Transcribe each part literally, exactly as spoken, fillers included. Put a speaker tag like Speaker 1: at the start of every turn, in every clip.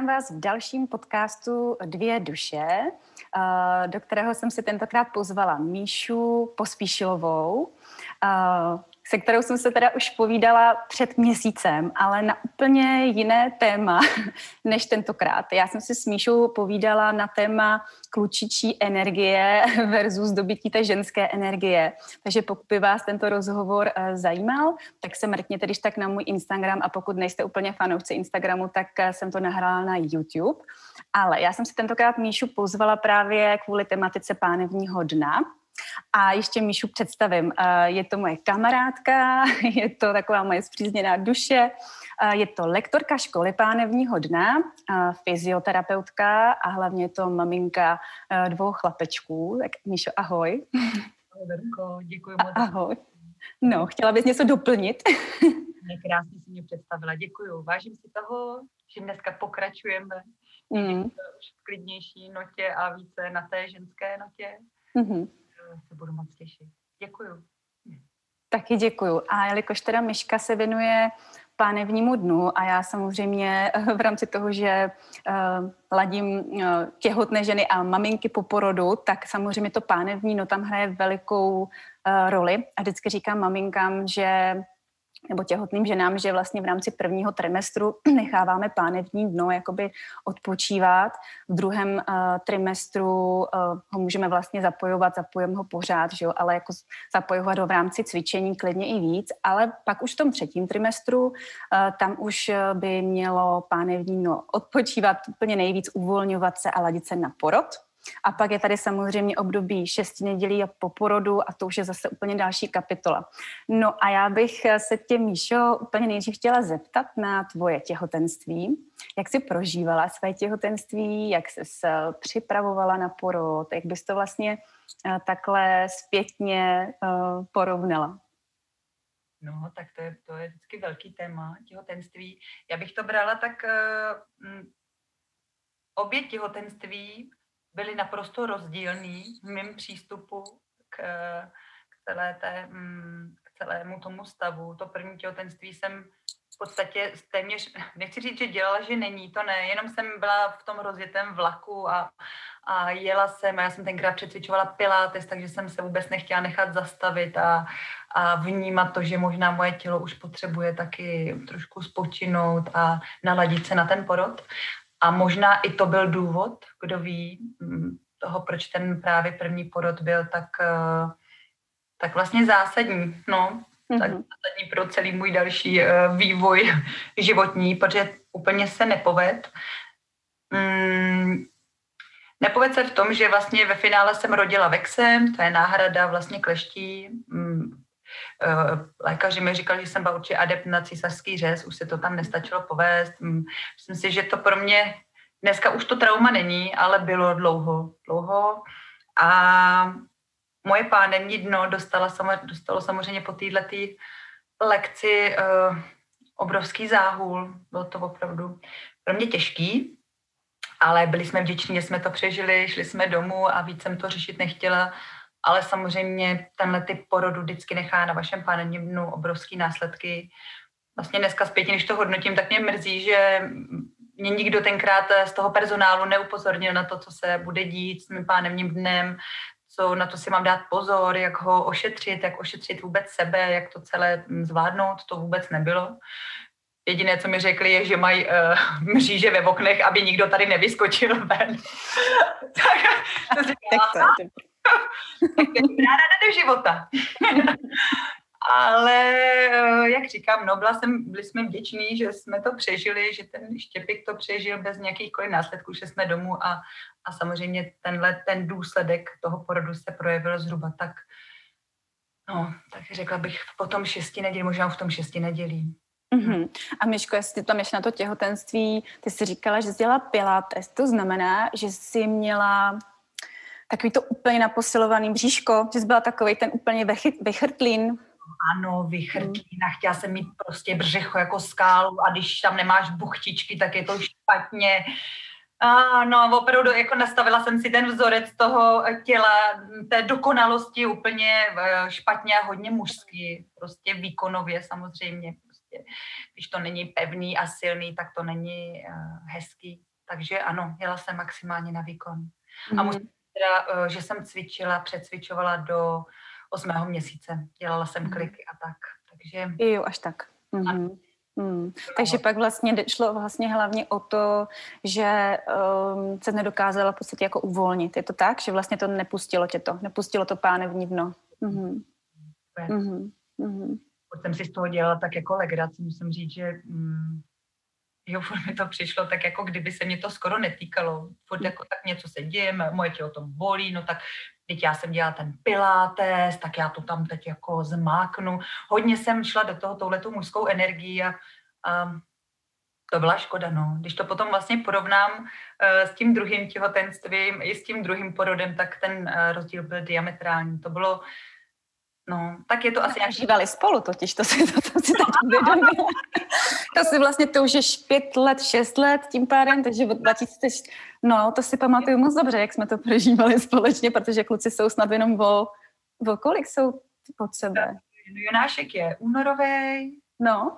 Speaker 1: Vítám vás v dalším podcastu Dvě duše, do kterého jsem si tentokrát pozvala Míšu Pospíšilovou, se kterou jsem se teda už povídala před měsícem, ale na úplně jiné téma než tentokrát. Já jsem si s Míšou povídala na téma klučičí energie versus dobytí té ženské energie. Takže pokud by vás tento rozhovor zajímal, tak se mrkněte když tak na můj Instagram, a pokud nejste úplně fanoušci Instagramu, tak jsem to nahrála na YouTube. Ale já jsem si tentokrát Míšu pozvala právě kvůli tematice pánevního dna. A ještě Míšu představím. Je to moje kamarádka, je to taková moje spřízněná duše, je to lektorka školy pánevního dna, fyzioterapeutka a hlavně je to maminka dvou chlapečků. Tak Míšo, ahoj.
Speaker 2: Ahoj, Verko, děkuji moc.
Speaker 1: Ahoj. No, chtěla bys něco doplnit?
Speaker 2: Krásně si mě představila, děkuji. Vážím si toho, že dneska pokračujeme
Speaker 1: mm.
Speaker 2: už v klidnější notě a více na té ženské notě.
Speaker 1: Mm-hmm.
Speaker 2: Se budu moc těšit. Děkuju.
Speaker 1: Taky děkuju. A jelikož teda Myška se věnuje pánevnímu dnu a já samozřejmě v rámci toho, že uh, ladím uh, těhotné ženy a maminky po porodu, tak samozřejmě to pánevní no tam hraje velikou uh, roli. A vždycky říkám maminkám, že nebo těhotným ženám, že vlastně v rámci prvního trimestru necháváme pánevní dno jakoby odpočívat. V druhém uh, trimestru uh, ho můžeme vlastně zapojovat, zapojujeme ho pořád, že jo? Ale jako zapojovat ho v rámci cvičení klidně i víc. Ale pak už v tom třetím trimestru uh, tam už by mělo pánevní dno odpočívat úplně nejvíc, uvolňovat se a ladit se na porod. A pak je tady samozřejmě období šesti nedělí a po porodu a to už je zase úplně další kapitola. No a já bych se tě, Míšo, úplně nejdřív chtěla zeptat na tvoje těhotenství. Jak jsi prožívala své těhotenství, jak jsi se připravovala na porod, jak bys to vlastně takhle zpětně porovnala?
Speaker 2: No, tak to je, to je vždycky velký téma, těhotenství. Já bych to brala tak, uh, obě těhotenství byly naprosto rozdílný v mém přístupu k, k, celé té, k celému tomu stavu. To první těhotenství jsem v podstatě téměř, nechci říct, že dělala, že není, to ne, jenom jsem byla v tom rozjetém vlaku a, a jela jsem a já jsem tenkrát přecvičovala pilates, takže jsem se vůbec nechtěla nechat zastavit a, a vnímat to, že možná moje tělo už potřebuje taky trošku spočinout a naladit se na ten porod. A možná i to byl důvod, kdo ví, toho, proč ten právě první porod byl tak, tak vlastně zásadní, no, mm-hmm. tak zásadní pro celý můj další vývoj životní, protože úplně se nepoved. Mm, nepoved se v tom, že vlastně ve finále jsem rodila vexem, to je náhrada vlastně kleští. Mm, lékaři mi říkali, že jsem byla určitě adept na císařský řez, už se to tam nestačilo povést. Myslím si, že to pro mě, dneska už to trauma není, ale bylo dlouho, dlouho. A moje pánevní dno dostala, dostalo samozřejmě po této lekci uh, obrovský záhul. Bylo to opravdu pro mě těžký, ale byli jsme vděční, že jsme to přežili, šli jsme domů a víc jsem to řešit nechtěla. Ale samozřejmě tenhle typ porodu vždycky nechá na vašem pánevním dnu obrovský následky. Vlastně dneska zpětně, když to hodnotím, tak mě mrzí, že mě nikdo tenkrát z toho personálu neupozornil na to, co se bude dít s mým pánevním dnem, co na to si mám dát pozor, jak ho ošetřit, jak ošetřit vůbec sebe, jak to celé zvládnout, to vůbec nebylo. Jediné, co mi řekli, je, že mají uh, mříže ve oknech, aby nikdo tady nevyskočil ven. tak to si dělá. Tak to je dobrá rada do života. Ale, jak říkám, no, byla jsem, byli jsme vděční, že jsme to přežili, že ten štěpik to přežil bez nějakýchkoliv následků, že jsme domů a, a samozřejmě tenhle, ten důsledek toho porodu se projevil zhruba tak, no, tak řekla bych po tom šesti nedělí, možná v tom šesti nedělí.
Speaker 1: Mm-hmm. A Myško, jestli tam ještě na to těhotenství, ty jsi říkala, že jsi dělala pilates, to znamená, že jsi měla takový to úplně naposilovaný bříško, že jsi byla takovej ten úplně vychrtlín.
Speaker 2: Ano, vychrtlín a chtěla jsem mít prostě břicho jako skálu a když tam nemáš buchtičky, tak je to špatně. A no, opravdu jako nastavila jsem si ten vzorec toho těla, té dokonalosti úplně špatně a hodně mužský, prostě výkonově samozřejmě. Prostě, když to není pevný a silný, tak to není uh, hezký. takže ano, jela jsem maximálně na výkon. Mm. A
Speaker 1: Mhm.
Speaker 2: musím teda, že jsem cvičila, přecvičovala do osmého měsíce. Dělala jsem
Speaker 1: Mhm.
Speaker 2: kliky a tak, takže...
Speaker 1: Jo, až tak. Mhm. Hmm. Takže pak vlastně šlo vlastně hlavně o to, že um, se nedokázala v podstatě jako uvolnit. Je to tak, že vlastně to nepustilo tě to, nepustilo to pánevní dno. Mhm. Mhm. Mhm.
Speaker 2: Pokud jsem si z toho dělala tak jako legraci, musím říct, že mm, jo, furt mi to přišlo tak, jako kdyby se mě to skoro netýkalo. Furt jako tak něco se děje, moje tělo to bolí, no tak teď já jsem dělala ten pilates, tak já to tam teď jako zmáknu. Hodně jsem šla do toho touhletou mužskou energii a, a to byla škoda, no. Když to potom vlastně porovnám uh, s tím druhým těhotenstvím i s tím druhým porodem, tak ten uh, rozdíl byl diametrální. To bylo, no, tak je to asi...
Speaker 1: Jak žívali spolu totiž, to si, to, to si tak uvědomila. To si vlastně, to už je pět let, šest let tím pádem, takže od dva tisíce, no, to si pamatuju moc dobře, jak jsme to prožívali společně, protože kluci jsou snad jenom o, o kolik jsou od sebe?
Speaker 2: Jonášek je únorovej.
Speaker 1: No,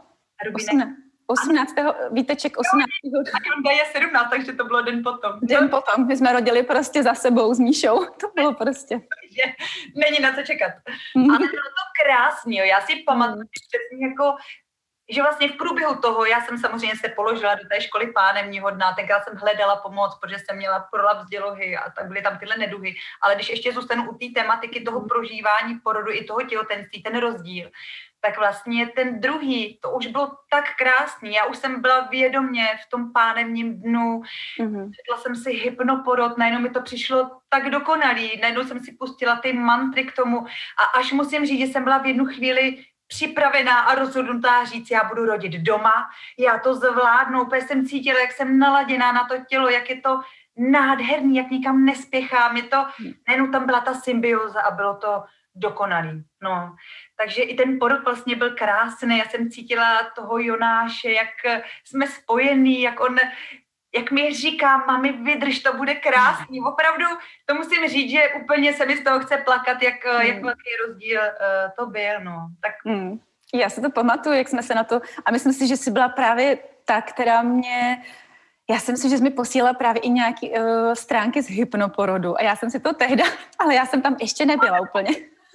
Speaker 1: osmnáctého výteček osmnáctého
Speaker 2: A Jonda je sedmnáct, takže to bylo den potom.
Speaker 1: Den potom, my jsme rodili prostě za sebou s Míšou, to bylo prostě.
Speaker 2: Takže není na co čekat. Ale bylo to krásný, jo. Já si pamatuju přesně jako, že vlastně v průběhu toho, já jsem samozřejmě se položila do té školy pánevního dna, tenkrát jsem hledala pomoc, protože jsem měla prolaps dělohy a tak byly tam tyhle neduhy, ale když ještě zůstanu u té tematiky toho prožívání porodu i toho těhotenství, ten rozdíl, tak vlastně ten druhý, to už bylo tak krásný. Já už jsem byla vědomě v tom pánevním dnu, mm-hmm. Četla jsem si hypnoporod, najednou mi to přišlo tak dokonalý, najednou jsem si pustila ty mantry k tomu a až musím říct, že jsem byla v jednu chvíli připravená a rozhodnutá říct, já budu rodit doma, já to zvládnu, protože jsem cítila, jak jsem naladěná na to tělo, jak je to nádherný, jak nikam nespěchám, je to, najednou tam byla ta symbioza a bylo to dokonalý, no. Takže i ten porod vlastně byl krásný, já jsem cítila toho Jonáše, jak jsme spojení, jak on, jak mi říká, mami, vydrž, to bude krásný, opravdu, to musím říct, že úplně se mi z toho chce plakat, jak, hmm. jak velký rozdíl uh, to byl, no. Tak...
Speaker 1: Hmm. Já si to pamatuju, jak jsme se na to, a myslím si, že jsi byla právě ta, která mě, já jsem si, že jsi mi posílala právě i nějaké uh, stránky z hypnoporodu a já jsem si to tehda, ale já jsem tam ještě nebyla úplně.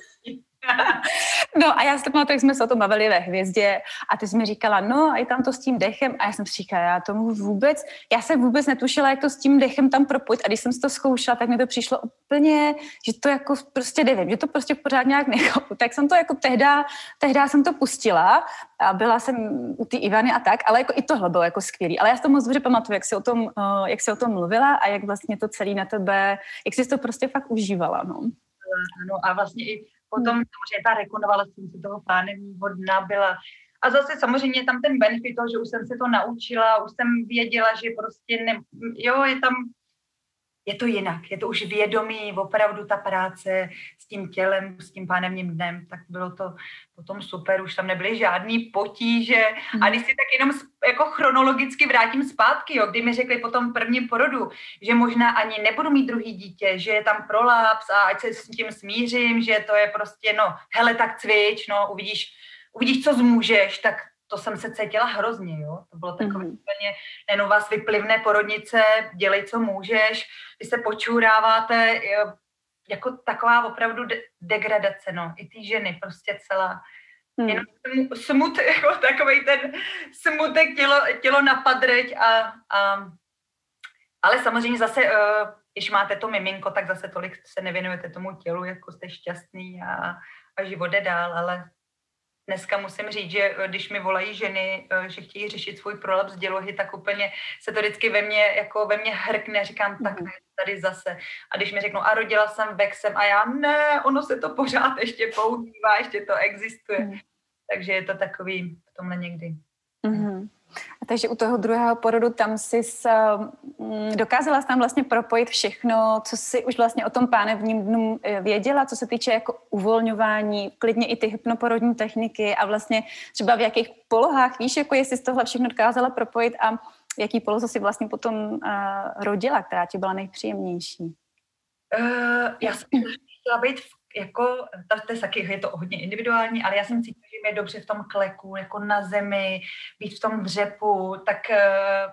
Speaker 1: No a já si to pamatuju, jak jsme se o tom bavili ve Hvězdě a ty jsi mi říkala, no a i tam to s tím dechem a já jsem si říkala, já tomu vůbec, já jsem vůbec netušila, jak to s tím dechem tam propojit a když jsem si to zkoušela, tak mi to přišlo úplně, že to jako prostě nevím, že to prostě pořád nějak nechápu, tak jsem to jako tehda, tehda jsem to pustila a byla jsem u té Ivany a tak, ale jako i tohle bylo jako skvělý, ale já si to moc dobře pamatuju, jak jsi o tom, jak jsi o tom mluvila a jak vlastně to celý na tebe, jak jsi to prostě fakt užívala, no.
Speaker 2: Ano a vlastně i potom samozřejmě ta rekonvalescence toho pánevního dna byla. A zase samozřejmě tam ten benefit toho, že už jsem se to naučila, už jsem věděla, že prostě ne, jo, je tam, je to jinak, je to už vědomí, opravdu ta práce s tím tělem, s tím pánevním dnem, tak bylo to potom super, už tam nebyly žádný potíže. Mm. A když si tak jenom jako chronologicky vrátím zpátky, jo, kdy mi řekli po tom prvním porodu, že možná ani nebudu mít druhý dítě, že je tam prolaps a ať se s tím smířím, že to je prostě, no, hele, tak cvič, no, uvidíš, uvidíš, co zmůžeš, tak to jsem se cítila hrozně, jo. To bylo takové mm. úplně, nejenom vás vyplivné porodnice, dělej, co můžeš, vy se počůráváte, jo, jako taková opravdu de- degradace, no, i ty ženy, prostě celá, hmm. jenom smut, jako takovej ten smutek, tělo, tělo napadreť a, a, ale samozřejmě zase, uh, když máte to miminko, tak zase tolik se nevěnujete tomu tělu, jako jste šťastný a, a život jde dál, ale dneska musím říct, že když mi volají ženy, že chtějí řešit svůj prolaps dělohy, tak úplně se to vždycky ve mně, jako ve mně hrkne, říkám, tak ne, tady zase. A když mi řeknou, a rodila jsem Vexem, a já, ne, ono se to pořád ještě používá, ještě to existuje. Mm. Takže je to takový v tomhle někdy.
Speaker 1: Mm-hmm. A takže u toho druhého porodu tam jsi s, um, dokázala jsi tam vlastně propojit všechno, co jsi už vlastně o tom pánevním dnu věděla, co se týče jako uvolňování, klidně i ty hypnoporodní techniky a vlastně třeba v jakých polohách, víš, jako jestli jsi tohle všechno dokázala propojit a v jaký poloze jsi vlastně potom uh, rodila, která ti byla nejpříjemnější?
Speaker 2: Uh, já jsem chtěla být v jako, to je taky, je to hodně individuální, ale já jsem cítila, že mi je dobře v tom kleku, jako na zemi, být v tom dřepu, tak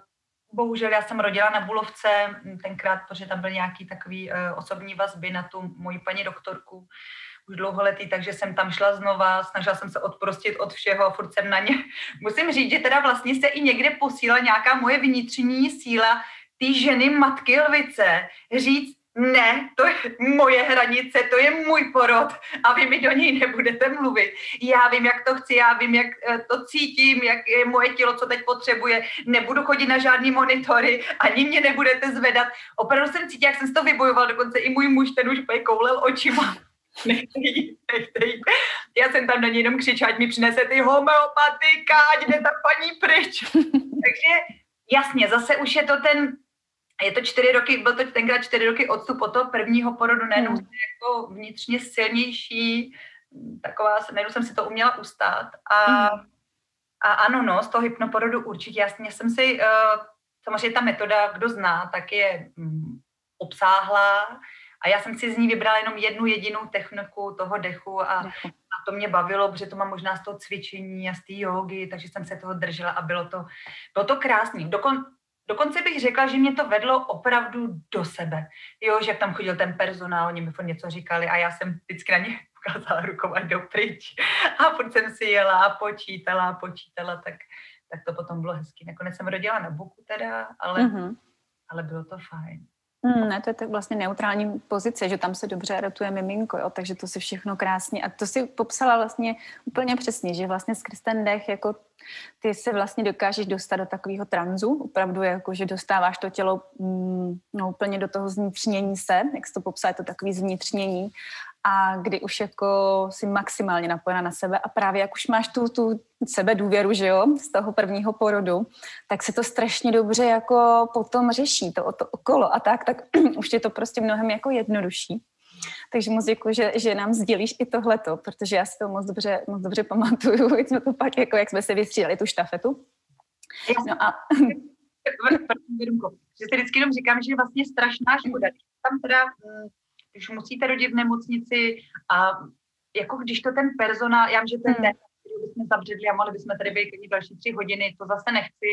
Speaker 2: bohužel já jsem rodila na Bulovce, tenkrát, protože tam byly nějaký takový uh, osobní vazby na tu moji paní doktorku, už dlouholetý, takže jsem tam šla znova, snažila jsem se odprostit od všeho, furt jsem na ně. Musím říct, že teda vlastně se i někde posílala nějaká moje vnitřní síla ty ženy matky lvice říct, ne, to je moje hranice, to je můj porod a vy mi do něj nebudete mluvit. Já vím, jak to chci, já vím, jak to cítím, jak je moje tělo, co teď potřebuje. Nebudu chodit na žádný monitory, ani mě nebudete zvedat. Opravdu jsem cítila, jak jsem si to vybojoval, dokonce i můj muž, ten už koulel očima. Nechte jít, nechte jít. Já jsem tam na něj jenom křičela, ať mi přinese ty homeopatika, ať jde ta paní pryč. Takže jasně, zase už je to ten, je to čtyři roky, byl to tenkrát čtyři roky odstup od toho prvního porodu, najednou
Speaker 1: Hmm.
Speaker 2: jsem jako vnitřně silnější, taková, najednou jsem si to uměla ustát. A,
Speaker 1: Hmm.
Speaker 2: a ano, no, z toho hypnoporodu určitě, jasně jsem si, uh, samozřejmě ta metoda, kdo zná, tak je um, obsáhlá. A já jsem si z ní vybrala jenom jednu jedinou techniku toho dechu a, a to mě bavilo, protože to mám možná z toho cvičení a z té jógy, takže jsem se toho držela a bylo to, bylo to krásný. Dokon, dokonce bych řekla, že mě to vedlo opravdu do sebe. Jo, že tam chodil ten personál, oni mi furt něco říkali a já jsem vždycky na ně ukázala rukou, ať jdou pryč. A furt jsem si jela a počítala a počítala, tak, tak to potom bylo hezký. Nakonec jsem rodila na boku teda, ale, mm-hmm. ale bylo to fajn.
Speaker 1: Hmm, ne, to je tak vlastně neutrální pozice, že tam se dobře rotuje miminko, jo, takže to si všechno krásně, a to si popsala vlastně úplně přesně, že vlastně skrz ten dech, jako ty se vlastně dokážeš dostat do takového tranzu, opravdu jako, že dostáváš to tělo mm, no, úplně do toho zvnitřnění se, jak jsi to popsala, je to takový zvnitřnění, a kdy už jako si maximálně napojena na sebe a právě jak už máš tu, tu sebedůvěru, že jo, z toho prvního porodu, tak se to strašně dobře jako potom řeší, to, to okolo a tak, tak už je to prostě mnohem jako jednodušší. Takže moc děkuji, že, že nám sdělíš i tohleto, protože já si to moc dobře, moc dobře pamatuju, jak jsme to pak, jako jak jsme se vystřídali tu štafetu. No a...
Speaker 2: Že si vždycky jenom říkám, že je vlastně strašná škoda. Tam teda... když musíte rodit v nemocnici a jako když to ten personál, já vím, že to je ten, který bychom zavředli a mohli bychom tady být další tři hodiny, to zase nechci,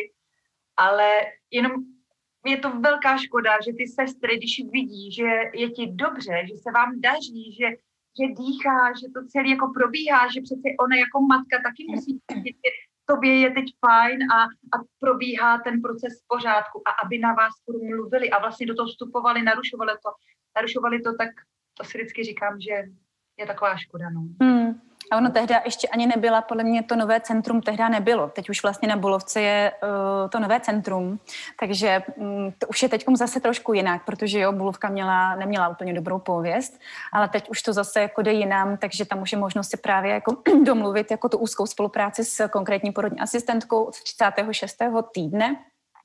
Speaker 2: ale jenom je to velká škoda, že ty sestry, když vidí, že je ti dobře, že se vám daří, že, že dýchá, že to celé jako probíhá, že přece ona jako matka taky musí cítit, že tobě je teď fajn a, a probíhá ten proces v pořádku a aby na vás mluvili a vlastně do toho vstupovali, narušovali to, narušovali to, tak to si vždycky říkám, že je taková škoda. No.
Speaker 1: Hmm. A ono tehdy ještě ani nebyla, podle mě to nové centrum tehdy nebylo. Teď už vlastně na Bulovce je uh, to nové centrum, takže um, to už je teď zase trošku jinak, protože jo, Bulovka měla, neměla úplně dobrou pověst, ale teď už to zase jako jde jinam, takže tam už je možnost si právě jako domluvit jako tu úzkou spolupráci s konkrétní porodní asistentkou od třicátého šestého týdne.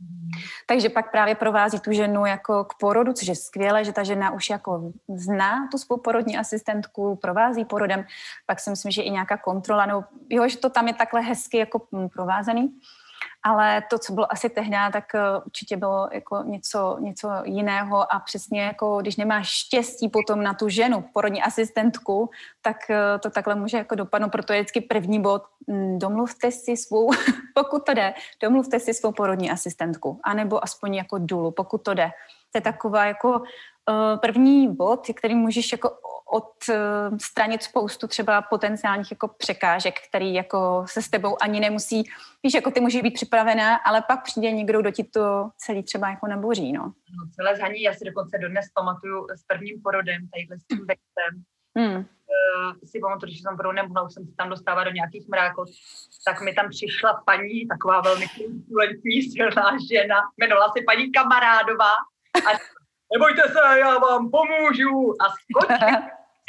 Speaker 1: Takže pak právě provází tu ženu jako k porodu, což je skvělé, že ta žena už jako zná tu svou porodní asistentku, provází porodem, pak si myslím, že i nějaká kontrola, no jo, že to tam je takhle hezky jako provázaný, ale to, co bylo asi tehdy, tak určitě bylo jako něco, něco jiného a přesně jako, když nemáš štěstí potom na tu ženu, porodní asistentku, tak to takhle může jako dopadnout, proto je vždycky první bod, domluvte si svou, pokud to jde, domluvte si svou porodní asistentku, anebo aspoň jako dulu, pokud to jde. To je taková jako uh, první bod, který můžeš jako odstranit spoustu třeba potenciálních jako překážek, který jako se s tebou ani nemusí, víš, jako ty můžeš být připravená, ale pak přijde někdo, kdo ti to celý třeba jako naboří, no.
Speaker 2: no celé zhaní, já si dokonce dodnes pamatuju s prvním porodem, tadyhle s tím vexem. Hmm. Uh, si pamatuju, že jsem porodem nemohla, už jsem se tam dostávala do nějakých mrákot, tak mi tam přišla paní, taková velmi kulentní, silná žena, jmenovala se paní Kamarádová a nebojte se, já vám pomůžu a skočila.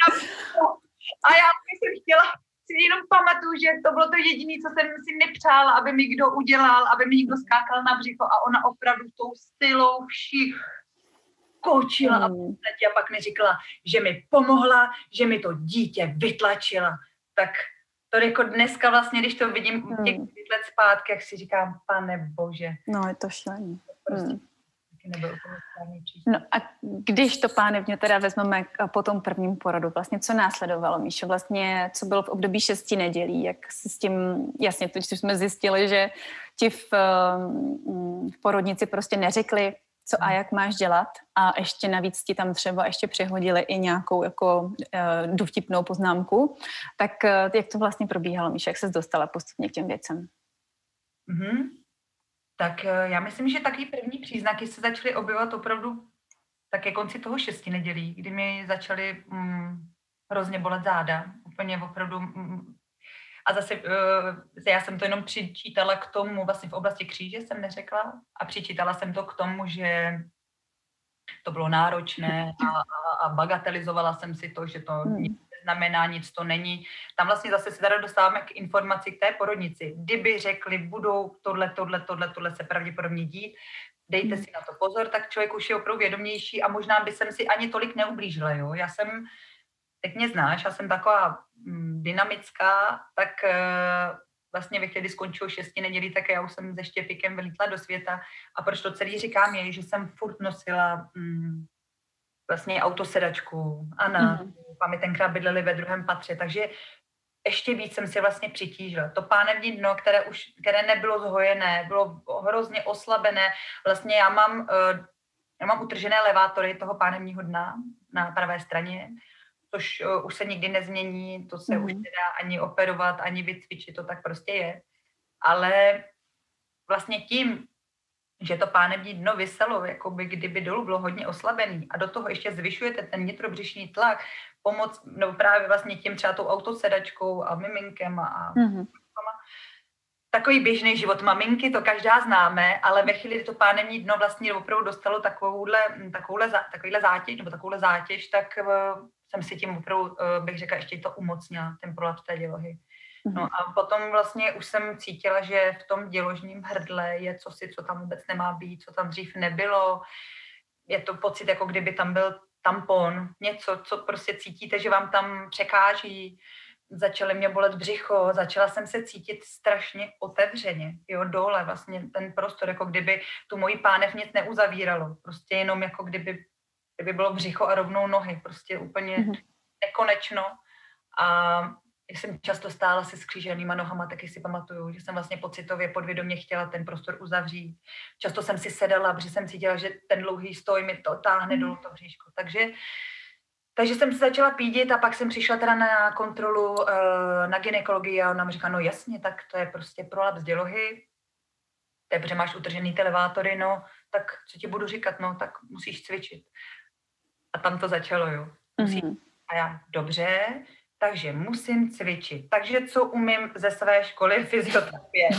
Speaker 2: A já jsem chtěla, si jenom pamatuju, že to bylo to jediné, co jsem si nepřála, aby mi kdo udělal, aby mi někdo skákal na břicho a ona opravdu tou stylou vší kočila a podstatě a pak mi říkala, že mi pomohla, že mi to dítě vytlačila. Tak to jako dneska vlastně, když to vidím těch let zpátky, jak si říkám, pane bože.
Speaker 1: No, je to šílený.
Speaker 2: Prostě
Speaker 1: hmm.
Speaker 2: nebyl úplně správný přístup.
Speaker 1: No a když to pánevně teda vezmeme po tom prvním porodu, vlastně co následovalo, Míšo? Vlastně co bylo v období šesti nedělí? Jak se s tím, jasně, to jsme zjistili, že ti v, v porodnici prostě neřekli, co a jak máš dělat, a ještě navíc ti tam třeba ještě přihodili i nějakou jako uh, dovtipnou poznámku. Tak uh, jak to vlastně probíhalo, Míšo? Jak ses dostala postupně k těm věcem?
Speaker 2: Mm-hmm. Tak uh, já myslím, že takový první příznaky se začaly objevovat opravdu tak ke konci toho šesti nedělí, kdy mi začaly mm, hrozně bolet záda. Úplně opravdu. Mm, a zase uh, já jsem to jenom přičítala k tomu, vlastně v oblasti kříže jsem neřekla, a přičítala jsem to k tomu, že to bylo náročné a, a, a bagatelizovala jsem si to, že to hmm. nic neznamená, nic to není. Tam vlastně zase se teda dostáváme k informaci k té porodnici. Kdyby řekli, budou tohle, tohle, tohle, tohle se pravděpodobně dít, dejte si na to pozor, tak člověk už je opravdu vědomější a možná by jsem si ani tolik neublížila. Jo? Já jsem, teď mě znáš, já jsem taková mm, dynamická, tak uh, vlastně ve chvíli, kdy skončilo šesti nedělí, tak já už jsem se Štěpíkem vylítla do světa. A proč to celý říkám je, že jsem furt nosila mm, vlastně autosedačku. Anna, mm-hmm. a my tenkrát bydleli ve druhém patře, takže ještě víc jsem si vlastně přitížila. To pánevní dno, které už, které nebylo zhojené, bylo hrozně oslabené. Vlastně já mám, uh, já mám utržené levátory toho pánevního dna na pravé straně, což uh, už se nikdy nezmění, to se mm. už nedá ani operovat, ani vycvičit, to tak prostě je. Ale vlastně tím, že to pánevní dno viselo, jako by kdyby dolů bylo hodně oslabený a do toho ještě zvyšujete ten nitrobřišní tlak, pomoc, nebo právě vlastně tím třeba tou autosedačkou a miminkem a mm. takový běžný život maminky, to každá známe, ale ve chvíli, kdy to pánevní dno vlastně opravdu dostalo takovouhle, takovouhle, takovouhle zátěž, nebo takovouhle zátěž, tak uh, jsem si tím opravdu, uh, bych řekla, ještě to umocnila, ten prolaps té dělohy. No a potom vlastně už jsem cítila, že v tom děložním hrdle je cosi, co tam vůbec nemá být, co tam dřív nebylo. Je to pocit, jako kdyby tam byl tampon, něco, co prostě cítíte, že vám tam překáží. Začaly mě bolet břicho, začala jsem se cítit strašně otevřeně, jo, dole vlastně ten prostor, jako kdyby tu moji pánev nic neuzavíralo, prostě jenom jako kdyby, kdyby bylo břicho a rovnou nohy, prostě úplně mm-hmm. nekonečno. A já jsem často stála se skříženýma nohama, taky si pamatuju, že jsem vlastně pocitově podvědomě chtěla ten prostor uzavřít. Často jsem si sedala, protože jsem cítila, že ten dlouhý stoj mi to táhne dolů to bříško. Takže, takže jsem se začala pídit a pak jsem přišla teda na kontrolu na gynekologii a ona mi říká, no jasně, tak to je prostě prolaps dělohy, protože máš utržený ty levátory, no, tak co ti budu říkat, no, tak musíš cvičit. A tam to začalo, jo. Musí. Mm-hmm. A já, dobře, takže musím cvičit. Takže co umím ze své školy fyzioterapie?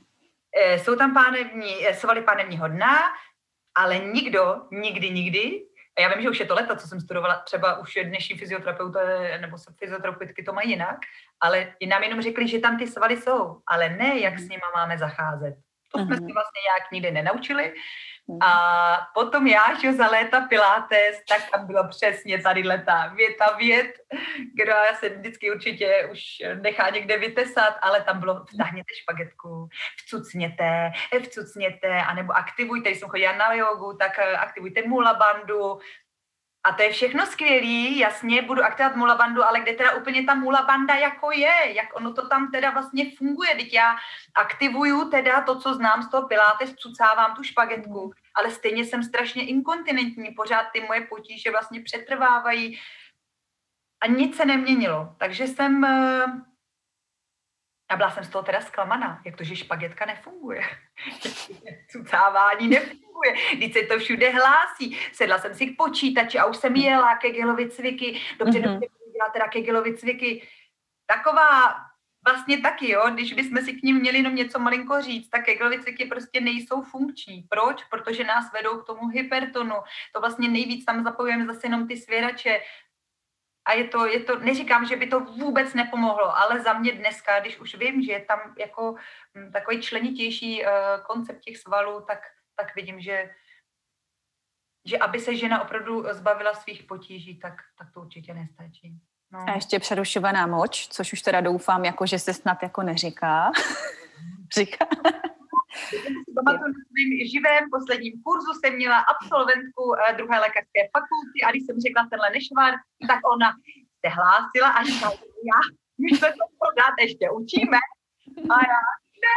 Speaker 2: Jsou tam pánevní, svaly pánevního dna, ale nikdo, nikdy, nikdy, a já vím, že už je to leta, co jsem studovala, třeba už dnešní fyzioterapeuté nebo fyzioterapeutky to mají jinak, ale nám jenom řekli, že tam ty svaly jsou, ale ne, jak s nima máme zacházet. To jsme si vlastně nějak nikdy nenaučili. A potom já, že za léta pilates, tak tam bylo přesně tady letá věta vět, která se vždycky určitě už nechá někde vytesat, ale tam bylo vtáhněte špagetku, vcucněte, vcucněte, anebo aktivujte, když jsem chodila na jogu, tak aktivujte mula bandu. A to je všechno skvělý, jasně, budu aktivovat mula bandu, ale kde teda úplně ta mula banda jako je, jak ono to tam teda vlastně funguje, teď já aktivuju teda to, co znám z toho pilates, cucávám tu špagetku, ale stejně jsem strašně inkontinentní, pořád ty moje potíže vlastně přetrvávají a nic se neměnilo, takže jsem, a byla jsem z toho teda zklamaná, jak to, že špagetka nefunguje, cucávání nefunguje. Když se to všude hlásí. Sedla jsem si k počítači a už jsem jela kegelovy cviky. Dobře, mm-hmm. dobře, dělá teda kegelovy cviky. Taková vlastně taky, jo, když bychom si k ním měli jenom něco malinko říct, tak kegelovy cviky prostě nejsou funkční. Proč? Protože nás vedou k tomu hypertonu. To vlastně nejvíc tam zapojujeme zase jenom ty svěrače. A je to, je to, neříkám, že by to vůbec nepomohlo, ale za mě dneska, když už vím, že je tam jako m, takový členitější uh, koncept těch svalů, tak tak vidím, že, že aby se žena opravdu zbavila svých potíží, tak, tak to určitě nestačí. No.
Speaker 1: A ještě přerušovaná moč, což už teda doufám, jako, že se snad jako neříká. Říká.
Speaker 2: Si pamatuju na svým živém posledním kurzu jsem měla absolventku eh, druhé lékařské fakulty a když jsem řekla tenhle nešvar, tak ona se hlásila a říkala, já, my se to pořád ještě učíme. A já, ne.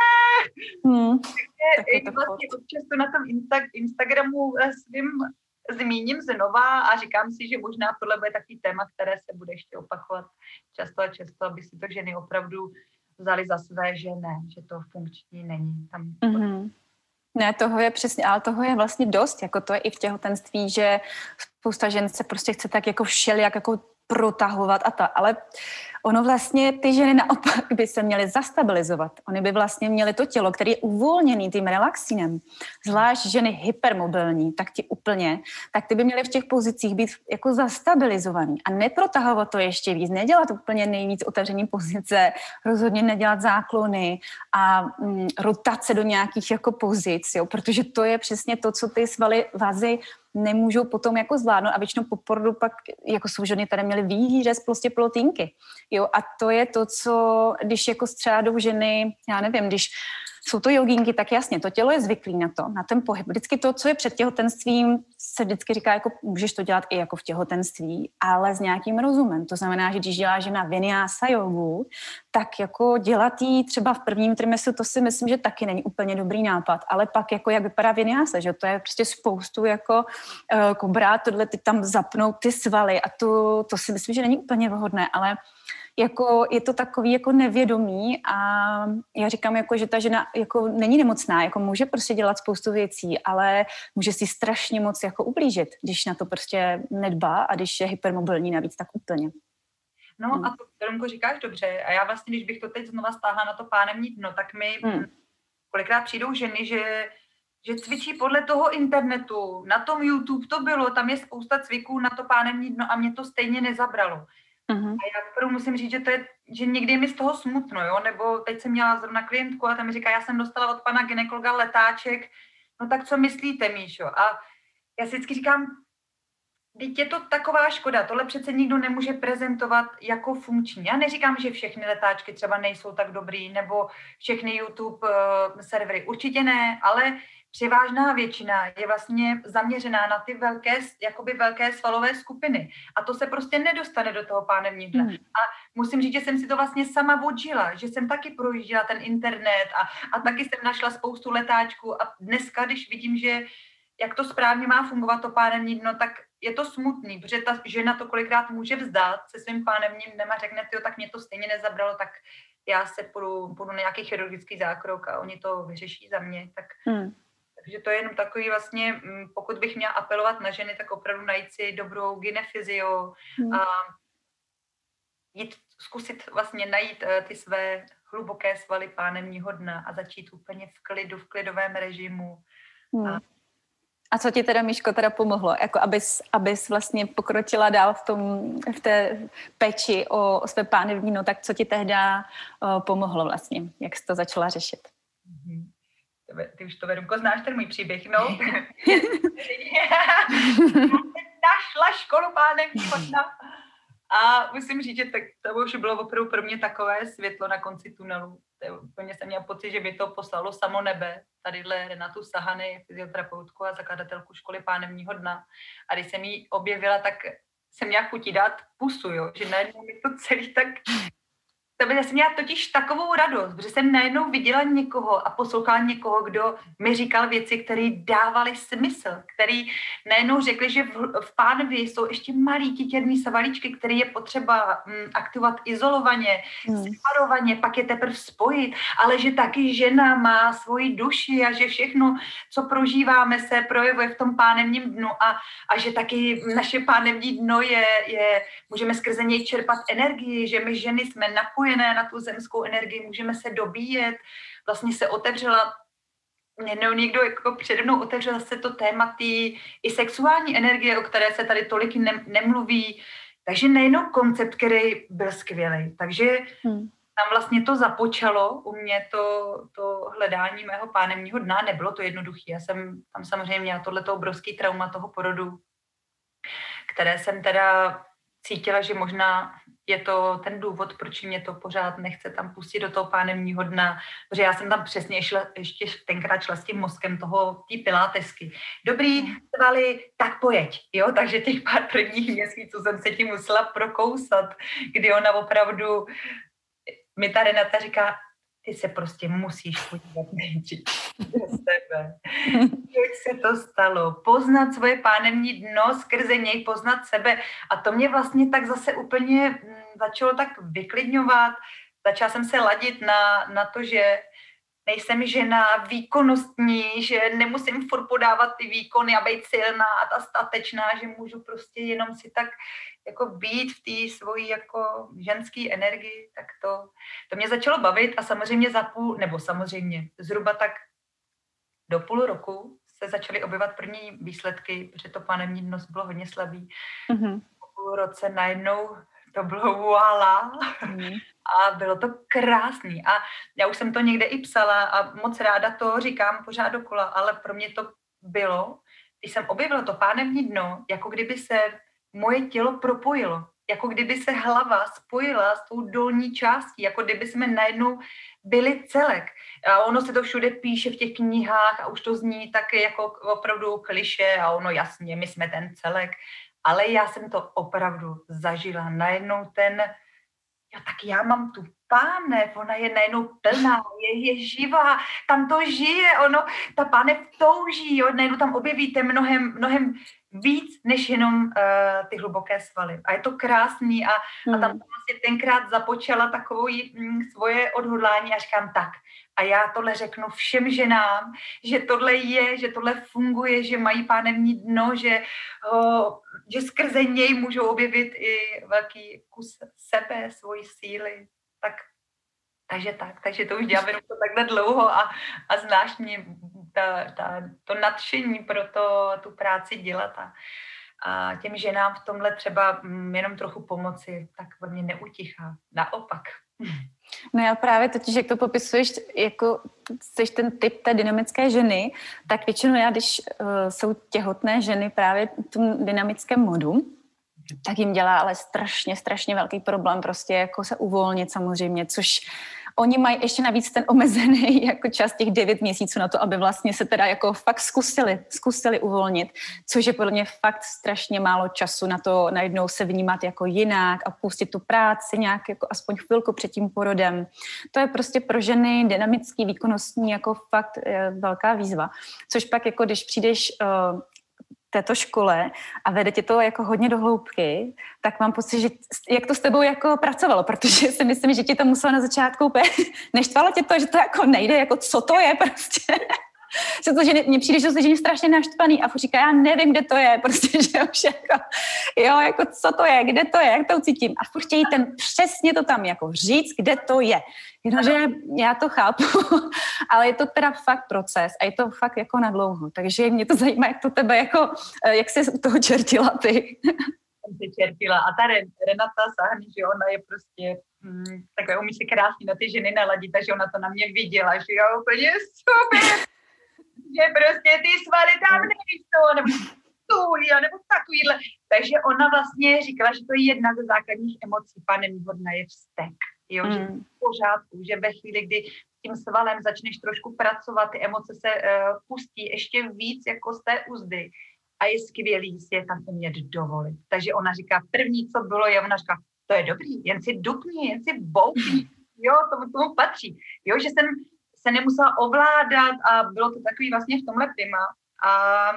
Speaker 2: Hmm, Takže vlastně občas to na tom Insta- Instagramu svým zmíním znova a říkám si, že možná tohle bude takový téma, které se bude ještě opakovat často a často, aby si to ženy opravdu vzali za své, že ne, že to funkční není. Tam
Speaker 1: mm-hmm. Ne, toho je přesně, ale toho je vlastně dost, jako to je i v těhotenství, že spousta žen se prostě chce tak jako všelijak jako protahovat a ta, ale ono vlastně ty ženy naopak by se měly zastabilizovat. Oni by vlastně měly to tělo, které je uvolněný tím relaxinem, zvlášť ženy hypermobilní, tak ti úplně, tak ty by měly v těch pozicích být jako zastabilizovaný a neprotahovat to ještě víc, nedělat úplně nejvíc otevřený pozice, rozhodně nedělat záklony a mm, rotace do nějakých jako pozic, jo, protože to je přesně to, co ty svaly, vazy nemůžou potom jako zvládnout a většinou po porodu pak, jako jsou ženy, tady měly výřez prostě plotínky. Jo, a to je to, co, když jako střádou ženy, já nevím, když jsou to jogínky, tak jasně, to tělo je zvyklý na to, na ten pohyb. Vždycky to, co je před těhotenstvím, se vždycky říká, jako můžeš to dělat i jako v těhotenství, ale s nějakým rozumem. To znamená, že když dělá žena vinyasa jogu, tak jako dělat jí třeba v prvním trimestru, to si myslím, že taky není úplně dobrý nápad, ale pak jako jak vypadá vinyasa, že to je prostě spoustu jako uh, kobra, tohle ty tam zapnou ty svaly a to, to si myslím, že není úplně vhodné, ale jako je to takový jako nevědomý a já říkám, jako, že ta žena jako není nemocná, jako může prostě dělat spoustu věcí, ale může si strašně moc jako ublížit, když na to prostě nedbá a když je hypermobilní navíc, tak úplně.
Speaker 2: No hmm. a to, Veronko, říkáš dobře. A já vlastně, když bych to teď znova stáhla na to pánemní dno, tak mi hmm. kolikrát přijdou ženy, že, že cvičí podle toho internetu, na tom YouTube to bylo, tam je spousta cviků na to pánemní dno a mě to stejně nezabralo. Uh-huh. A já prv musím říct, že to je, že někdy je mi z toho smutno, jo, nebo teď jsem měla zrovna klientku a tam mi říká, já jsem dostala od pana gynekologa letáček, no tak co myslíte, Míšo? A já si vždycky říkám, teď je to taková škoda, tohle přece nikdo nemůže prezentovat jako funkční. Já neříkám, že všechny letáčky třeba nejsou tak dobrý, nebo všechny YouTube uh, servery, určitě ne, ale převážná většina je vlastně zaměřená na ty velké, jakoby velké svalové skupiny. A to se prostě nedostane do toho pánevní dna. Mm. A musím říct, že jsem si to vlastně sama odžila, že jsem taky projížděla ten internet a, a taky jsem našla spoustu letáčků a dneska, když vidím, že jak to správně má fungovat to pánevní dno, tak je to smutný, protože ta žena to kolikrát může vzdát se svým pánevním dnem a řekne, tyjo, tak mě to stejně nezabralo, tak já se půjdu, půjdu na nějaký chirurgický zákrok a oni to vyřeší za mě. Tak, mm. Takže to je jenom takový vlastně, pokud bych měla apelovat na ženy, tak opravdu najít si dobrou gynefyzio mm. a jít, zkusit vlastně najít ty své hluboké svaly pánevního dna a začít úplně v klidu, v klidovém režimu. Mm. A
Speaker 1: A co ti teda, Míško, teda pomohlo? Jako abys, abys vlastně pokročila dál v, tom, v té péči o, o své pánevní dno, tak co ti tehda uh, pomohlo vlastně? Jak jsi to začala řešit?
Speaker 2: Mm-hmm. Ty už to, Verunko, znáš ten můj příběh, no? Našla školu pánevního dna. A musím říct, že tak, to už bylo opravdu pro mě takové světlo na konci tunelu. Úplně jsem měla pocit, že by to poslalo samo nebe. Tadyhle Renatu Sahany, fyzioterapeutku a zakladatelku školy pánevního dna. A když jsem ji objevila, tak jsem měla chutí dát pusu, jo? Že najednou mi to celý tak... Já jsem měla totiž takovou radost, protože jsem najednou viděla někoho a poslouchala někoho, kdo mi říkal věci, které dávaly smysl, který najednou řekli, že v, v pánvi jsou ještě malý titěrný savaličky, které je potřeba m, aktivovat izolovaně, hmm. separovaně, pak je teprve spojit, ale že taky žena má svoji duši a že všechno, co prožíváme, se projevuje v tom pánevním dnu a, a že taky naše pánevní dno je, je, můžeme skrze něj čerpat energii, že my ženy jsme napojené na tu zemskou energii, můžeme se dobíjet. Vlastně se otevřela, někdo jako přede mnou otevřel se to téma tý, i sexuální energie, o které se tady tolik ne, nemluví. Takže nejenom koncept, který byl skvělý. Takže hmm. tam vlastně to započalo u mě to, to hledání mého pánevního dna. Nebylo to jednoduché. Já jsem tam samozřejmě měla tohleto obrovský trauma toho porodu, které jsem teda cítila, že možná je to ten důvod, proč mě to pořád nechce tam pustit do toho pánevního dna, protože já jsem tam přesně šla, ještě tenkrát šla s tím mozkem toho, té pilátesky. Dobrý, svaly, tak pojeď, jo, takže těch pár prvních měsíců jsem se tím musela prokousat, kdy ona opravdu, mi ta Renata říká, ty se prostě musíš podívat nejdřív do sebe. Jak se to stalo? Poznat svoje pánevní dno, skrze něj poznat sebe. A to mě vlastně tak zase úplně m, začalo tak vyklidňovat. Začala jsem se ladit na, na to, že nejsem žena výkonnostní, že nemusím furt podávat ty výkony a být silná a ta statečná, že můžu prostě jenom si tak jako být v té svojí jako ženské energii, tak to, to mě začalo bavit a samozřejmě za půl, nebo samozřejmě zhruba tak do půl roku se začaly objevovat první výsledky, protože to pánevní dno bylo hodně slabý. Mm-hmm. Po půl roce najednou to bylo voila. Mm-hmm. A bylo to krásný. A já už jsem to někde i psala a moc ráda to říkám pořád dokola, ale pro mě to bylo, když jsem objevila to pánevní dno, jako kdyby se moje tělo propojilo. Jako kdyby se hlava spojila s tou dolní částí, jako kdyby jsme najednou byli celek. A ono se to všude píše v těch knihách a už to zní tak jako opravdu kliše a ono jasně, my jsme ten celek. Ale já jsem to opravdu zažila. Najednou ten, jo, tak já mám tu pánev, ona je najednou plná, je, je živá, tam to žije, ono, ta pánev touží, jo, najednou tam objevíte mnohem, mnohem víc, než jenom uh, ty hluboké svaly. A je to krásný a, hmm. a tam vlastně tenkrát započala takovou mm, svoje odhodlání a říkám tak. A já tohle řeknu všem ženám, že tohle je, že tohle funguje, že mají pánevní dno, že, ho, že skrze něj můžou objevit i velký kus sebe, svojí síly. Tak, takže tak, takže to už dělám jenom to takhle dlouho a, a znáš mě ta, ta, to nadšení pro to, tu práci dělat a, a těm ženám v tomhle třeba jenom trochu pomoci, tak od mě neutichá. Naopak.
Speaker 1: No já právě totiž, jak to popisuješ, jako jsi ten typ té dynamické ženy, tak většinou já, když uh, jsou těhotné ženy právě v tom dynamickém modu, tak jim dělá ale strašně, strašně velký problém prostě jako se uvolnit samozřejmě, což oni mají ještě navíc ten omezený jako čas těch devět měsíců na to, aby vlastně se teda jako fakt zkusili, zkusili uvolnit, což je podle mě fakt strašně málo času na to najednou se vnímat jako jinak a pustit tu práci nějak jako aspoň chvilku před tím porodem. To je prostě pro ženy dynamický, výkonnostní jako fakt velká výzva, což pak jako když přijdeš uh, této škole a vede tě to jako hodně do hloubky, tak mám pocit, že jak to s tebou jako pracovalo, protože si myslím, že ti to muselo na začátku úplně, neštvalo tě to, že to jako nejde, jako co to je prostě. Že to, že mně přijde, že to je strašně naštvaný a říká, já nevím, kde to je, prostě, že už jako, jo, jako co to je, kde to je, jak to cítím. A furt chtějí ten přesně to tam jako říct, kde to je. Jenomže já to chápu, ale je to teda fakt proces a je to fakt jako na dlouho. Takže mě to zajímá, jak to tebe jako, jak jsi u toho čertila ty.
Speaker 2: Jsem se čertila a ta Renata Sahny, že ona je prostě mm, takové, umí se krásně na ty ženy naladit, takže ona to na mě viděla, že jo, úplně super. Že prostě ty svaly tam nejsou, nebo stůlí, nebo takovýhle. Takže ona vlastně říkala, že to je jedna ze základních emocí pánevního dna je vztek. Jo, mm. že v pořádku, že ve chvíli, kdy s tím svalem začneš trošku pracovat, ty emoce se uh, pustí ještě víc jako z té uzdy a je skvělý si je tam umět dovolit. Takže ona říká, první, co bylo, je ona říká, to je dobrý, jen si dupni, jen si boukni, jo, tomu, tomu patří. Jo, že jsem se nemusela ovládat a bylo to takový vlastně v tomhle prima. A,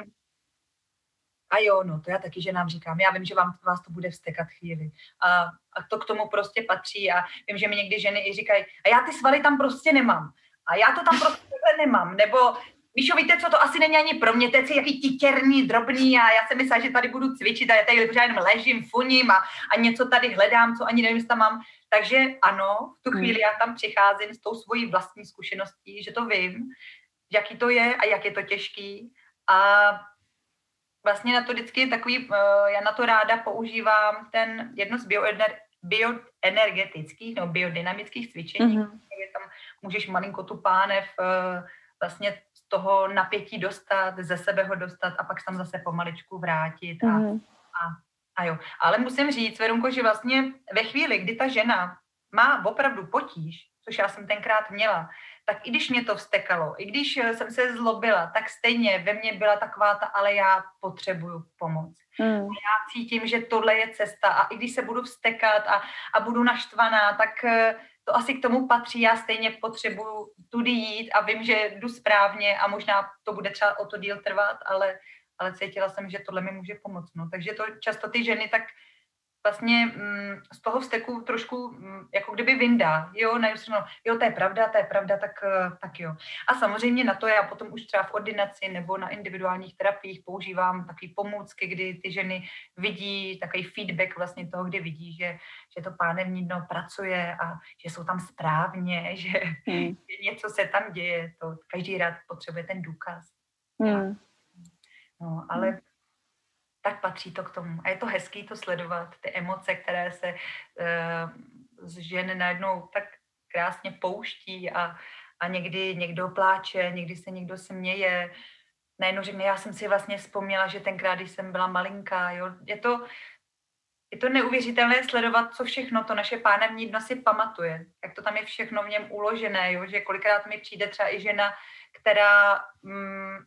Speaker 2: a jo, no, to já taky, že nám říkám. Já vím, že vám, vás to bude vztekat chvíli. A, a to k tomu prostě patří. A vím, že mi někdy ženy i říkají, a já ty svaly tam prostě nemám. A já to tam prostě nemám. Nebo, víš, víte co, to asi není ani pro mě, to je jaký titěrný, drobný a já jsem myslela, že tady budu cvičit a já tady pořád jenom ležím, funím a, a něco tady hledám, co ani nevím, jestli tam mám. Takže ano, v tu chvíli já tam přicházím s tou svojí vlastní zkušeností, že to vím, jaký to je a jak je to těžký. A vlastně na to vždycky takový, já na to ráda používám ten jedno z bioener, bioenergetických nebo biodynamických cvičení, mm-hmm. kde tam můžeš malinko tu pánev vlastně z toho napětí dostat, ze sebe ho dostat a pak tam zase pomaličku vrátit a, mm-hmm. a A jo, ale musím říct, Verunko, že vlastně ve chvíli, kdy ta žena má opravdu potíž, což já jsem tenkrát měla, tak i když mě to vztekalo, i když jsem se zlobila, tak stejně ve mně byla taková ta, ale já potřebuju pomoc. Mm. Já cítím, že tohle je cesta a i když se budu vztekat a, a budu naštvaná, tak to asi k tomu patří, já stejně potřebuju tudy jít a vím, že jdu správně a možná to bude třeba o to díl trvat, ale, ale cítila jsem, že tohle mi může pomoct. No. Takže to často ty ženy tak vlastně mm, z toho vzteku trošku mm, jako kdyby vyndá, jo, ne, no, jo, to je pravda, to je pravda, tak, tak jo. A samozřejmě na to já potom už třeba v ordinaci nebo na individuálních terapiích používám takové pomůcky, kdy ty ženy vidí takový feedback vlastně toho, kdy vidí, že, že to pánevní dno pracuje a že jsou tam správně, že, hmm. že něco se tam děje, to každý rád potřebuje ten důkaz. Hmm. No, ale hmm. tak patří to k tomu. A je to hezký to sledovat, ty emoce, které se uh, z žen najednou tak krásně pouští a, a někdy někdo pláče, někdy se někdo směje. Najednou řekne, já jsem si vlastně vzpomněla, že tenkrát, když jsem byla malinká, jo. Je to, je to neuvěřitelné sledovat, co všechno to naše pánevní dno si pamatuje. Jak to tam je všechno v něm uložené, jo. Že kolikrát mi přijde třeba i žena, která mm,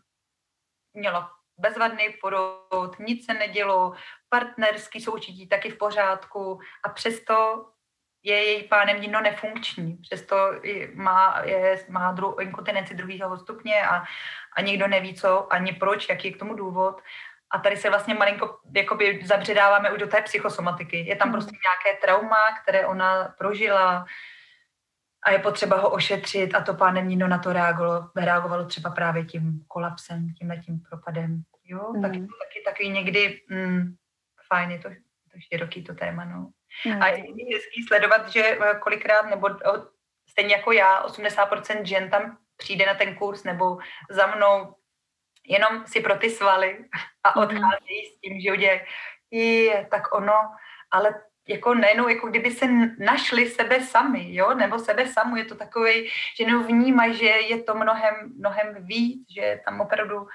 Speaker 2: měla bezvadný porod, nic se nedělo, partnerský soužití taky v pořádku a přesto je její pánevní dno nefunkční. Přesto má, je, má dru, inkontinenci druhého stupně a, a nikdo neví co, ani proč, jaký je k tomu důvod. A tady se vlastně malinko jakoby zabředáváme už do té psychosomatiky. Je tam prostě nějaké trauma, které ona prožila a je potřeba ho ošetřit a to pánevní dno na to reagovalo, reagovalo třeba právě tím kolapsem, tímhletím propadem. Jo, mm. tak je to taky takový někdy mm, fajn, je to, to široký to téma, no. Mm. A je hezký sledovat, že kolikrát, nebo stejně jako já, osmdesát procent žen tam přijde na ten kurz, nebo za mnou jenom si pro ty svaly a odcházejí mm. s tím, že udělají, je, tak ono, ale jako nejenom, jako kdyby se našli sebe sami, jo, nebo sebe samu, je to takový, že jenom vnímají, že je to mnohem, mnohem víc, že je tam opravdu uh,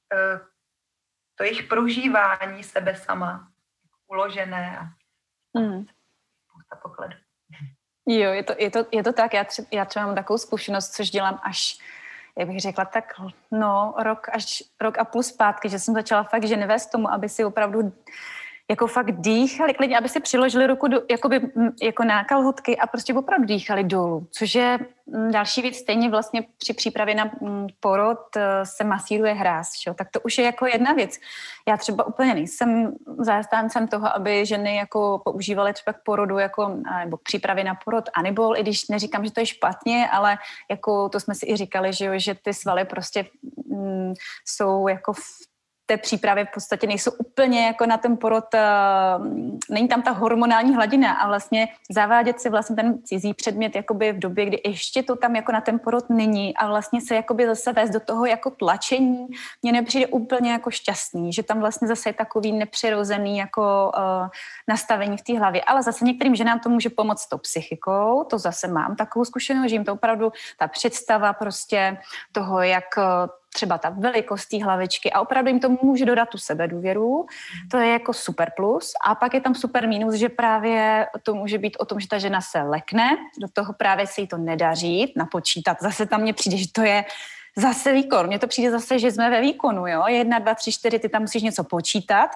Speaker 2: to jejich prožívání sebe sama uložené a mm. spousta pokladů.
Speaker 1: Jo, je to, je to, je to tak, já, třeba, já třeba mám takovou zkušenost, což dělám až, jak bych řekla, tak no, rok až rok a půl zpátky, že jsem začala fakt ženy vést tomu, aby si opravdu jako fakt dýchali klidně, aby si přiložili ruku do, jakoby, jako na kalhotky a prostě opravdu dýchali dolů, což je další věc. Stejně vlastně při přípravě na porod se masíruje hráz, čo? Tak to už je jako jedna věc. Já třeba úplně nejsem zastáncem toho, aby ženy jako používaly třeba k porodu jako, nebo k přípravě na porod anibol, i když neříkám, že to je špatně, ale jako to jsme si i říkali, že, jo, že ty svaly prostě mm, jsou jako v té přípravě v podstatě nejsou úplně jako na ten porod, uh, není tam ta hormonální hladina a vlastně zavádět si vlastně ten cizí předmět jakoby v době, kdy ještě to tam jako na ten porod není a vlastně se jakoby zase vést do toho jako tlačení, mně nepřijde úplně jako šťastný, že tam vlastně zase je takový nepřirozený jako uh, nastavení v té hlavě, ale zase některým ženám to může pomoct s tou psychikou, to zase mám takovou zkušenost, že jim to opravdu ta představa prostě toho, jak uh, třeba ta velikost té hlavičky a opravdu jim to může dodat tu sebedůvěru. To je jako super plus. A pak je tam super minus, že právě to může být o tom, že ta žena se lekne, do toho právě se jí to nedaří napočítat. Zase tam mně přijde, že to je zase výkon. Mně to přijde zase, že jsme ve výkonu, jo. Jedna, dva, tři, čtyři, ty tam musíš něco počítat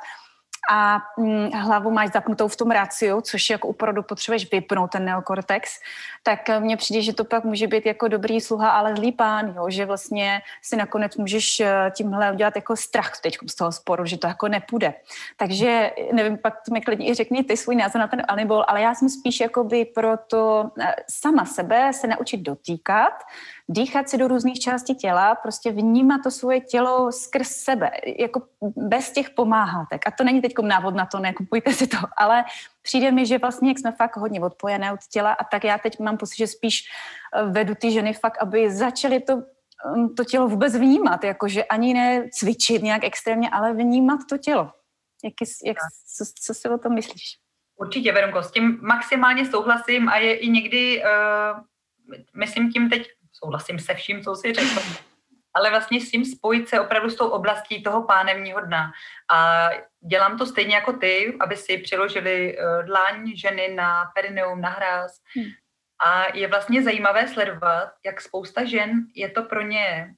Speaker 1: a hm, hlavu máš zapnutou v tom raciu, což jako u porodu potřebuješ vypnout ten neokortex, tak mně přijde, že to pak může být jako dobrý sluha, ale zlý pán, jo, že vlastně si nakonec můžeš tímhle udělat jako strach teď z toho sporu, že to jako nepůjde. Takže nevím, pak mi klidně i řekni ty svůj názor na ten anibol, ale já jsem spíš jakoby pro to sama sebe se naučit dotýkat, dýchat si do různých částí těla, prostě vnímat to svoje tělo skrz sebe, jako bez těch pomáhátek. A to není teď návod na to, nekupujte si to, ale přijde mi, že vlastně, jak jsme fakt hodně odpojené od těla a tak já teď mám pocit, že spíš vedu ty ženy fakt, aby začaly to, to tělo vůbec vnímat, jakože ani ne cvičit nějak extrémně, ale vnímat to tělo. Jak, jak, co, co si o tom myslíš?
Speaker 2: Určitě, Veronko, s tím maximálně souhlasím a je i někdy, uh, myslím tím teď, souhlasím se vším, co jsi řekl, ale vlastně s tím spojit se opravdu s tou oblastí toho pánevního dna. A dělám to stejně jako ty, aby si přiložili uh, dláň ženy na perineum, na hráz. Hmm. A je vlastně zajímavé sledovat, jak spousta žen je to pro ně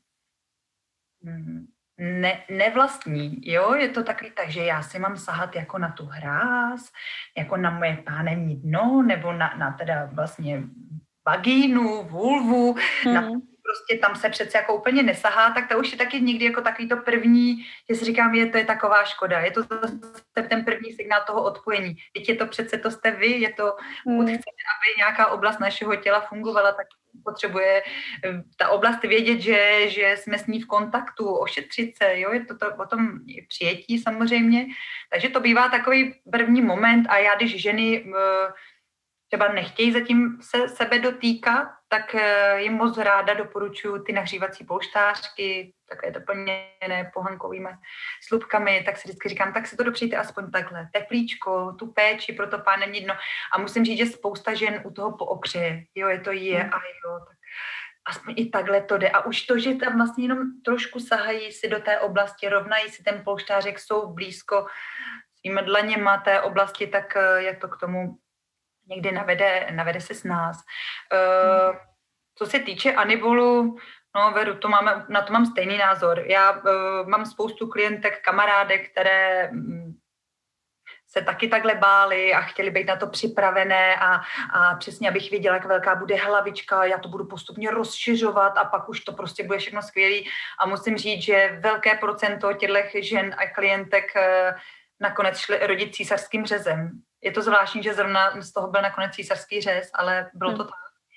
Speaker 2: ne, nevlastní, jo, je to takový tak, že já si mám sahat jako na tu hráz, jako na moje pánevní dno, nebo na, na teda vlastně vagínu, vulvu, mm. na prostě tam se přece jako úplně nesahá, tak to už je taky někdy jako takový to první, že si říkám, je to je taková škoda, je to zase ten první signál toho odpojení. Teď je to přece, to jste vy, je to, pokud mm. chcete, aby nějaká oblast našeho těla fungovala, tak potřebuje ta oblast vědět, že, že jsme s ní v kontaktu, ošetřit se, jo, je to, to o tom přijetí samozřejmě, takže to bývá takový první moment a já, když ženy třeba nechtějí zatím se sebe dotýkat, tak jim moc ráda doporučuji ty nahřívací polštářky, takové doplněné pohankovými slupkami, tak si vždycky říkám, tak si to dopřejte aspoň takhle, teplíčko, tu péči pro to pánevní dno. A musím říct, že spousta žen u toho pookřeje, jo, je to je a jo, tak aspoň i takhle to jde. A už to, že tam vlastně jenom trošku sahají si do té oblasti, rovnají si ten polštářek, jsou blízko svými dlaněma té oblasti, tak je to k tomu někdy navede, navede se s nás. Uh, co se týče anibolu, no Veru, to máme, na to mám stejný názor. Já uh, mám spoustu klientek, kamarádek, které um, se taky takhle bály a chtěli být na to připravené a, a přesně, abych věděla, jak velká bude hlavička, já to budu postupně rozšiřovat a pak už to prostě bude všechno skvělý. A musím říct, že velké procento těchto žen a klientek uh, nakonec šly rodit císařským řezem. Je to zvláštní, že zrovna z toho byl nakonec císařský řez, ale bylo to tak.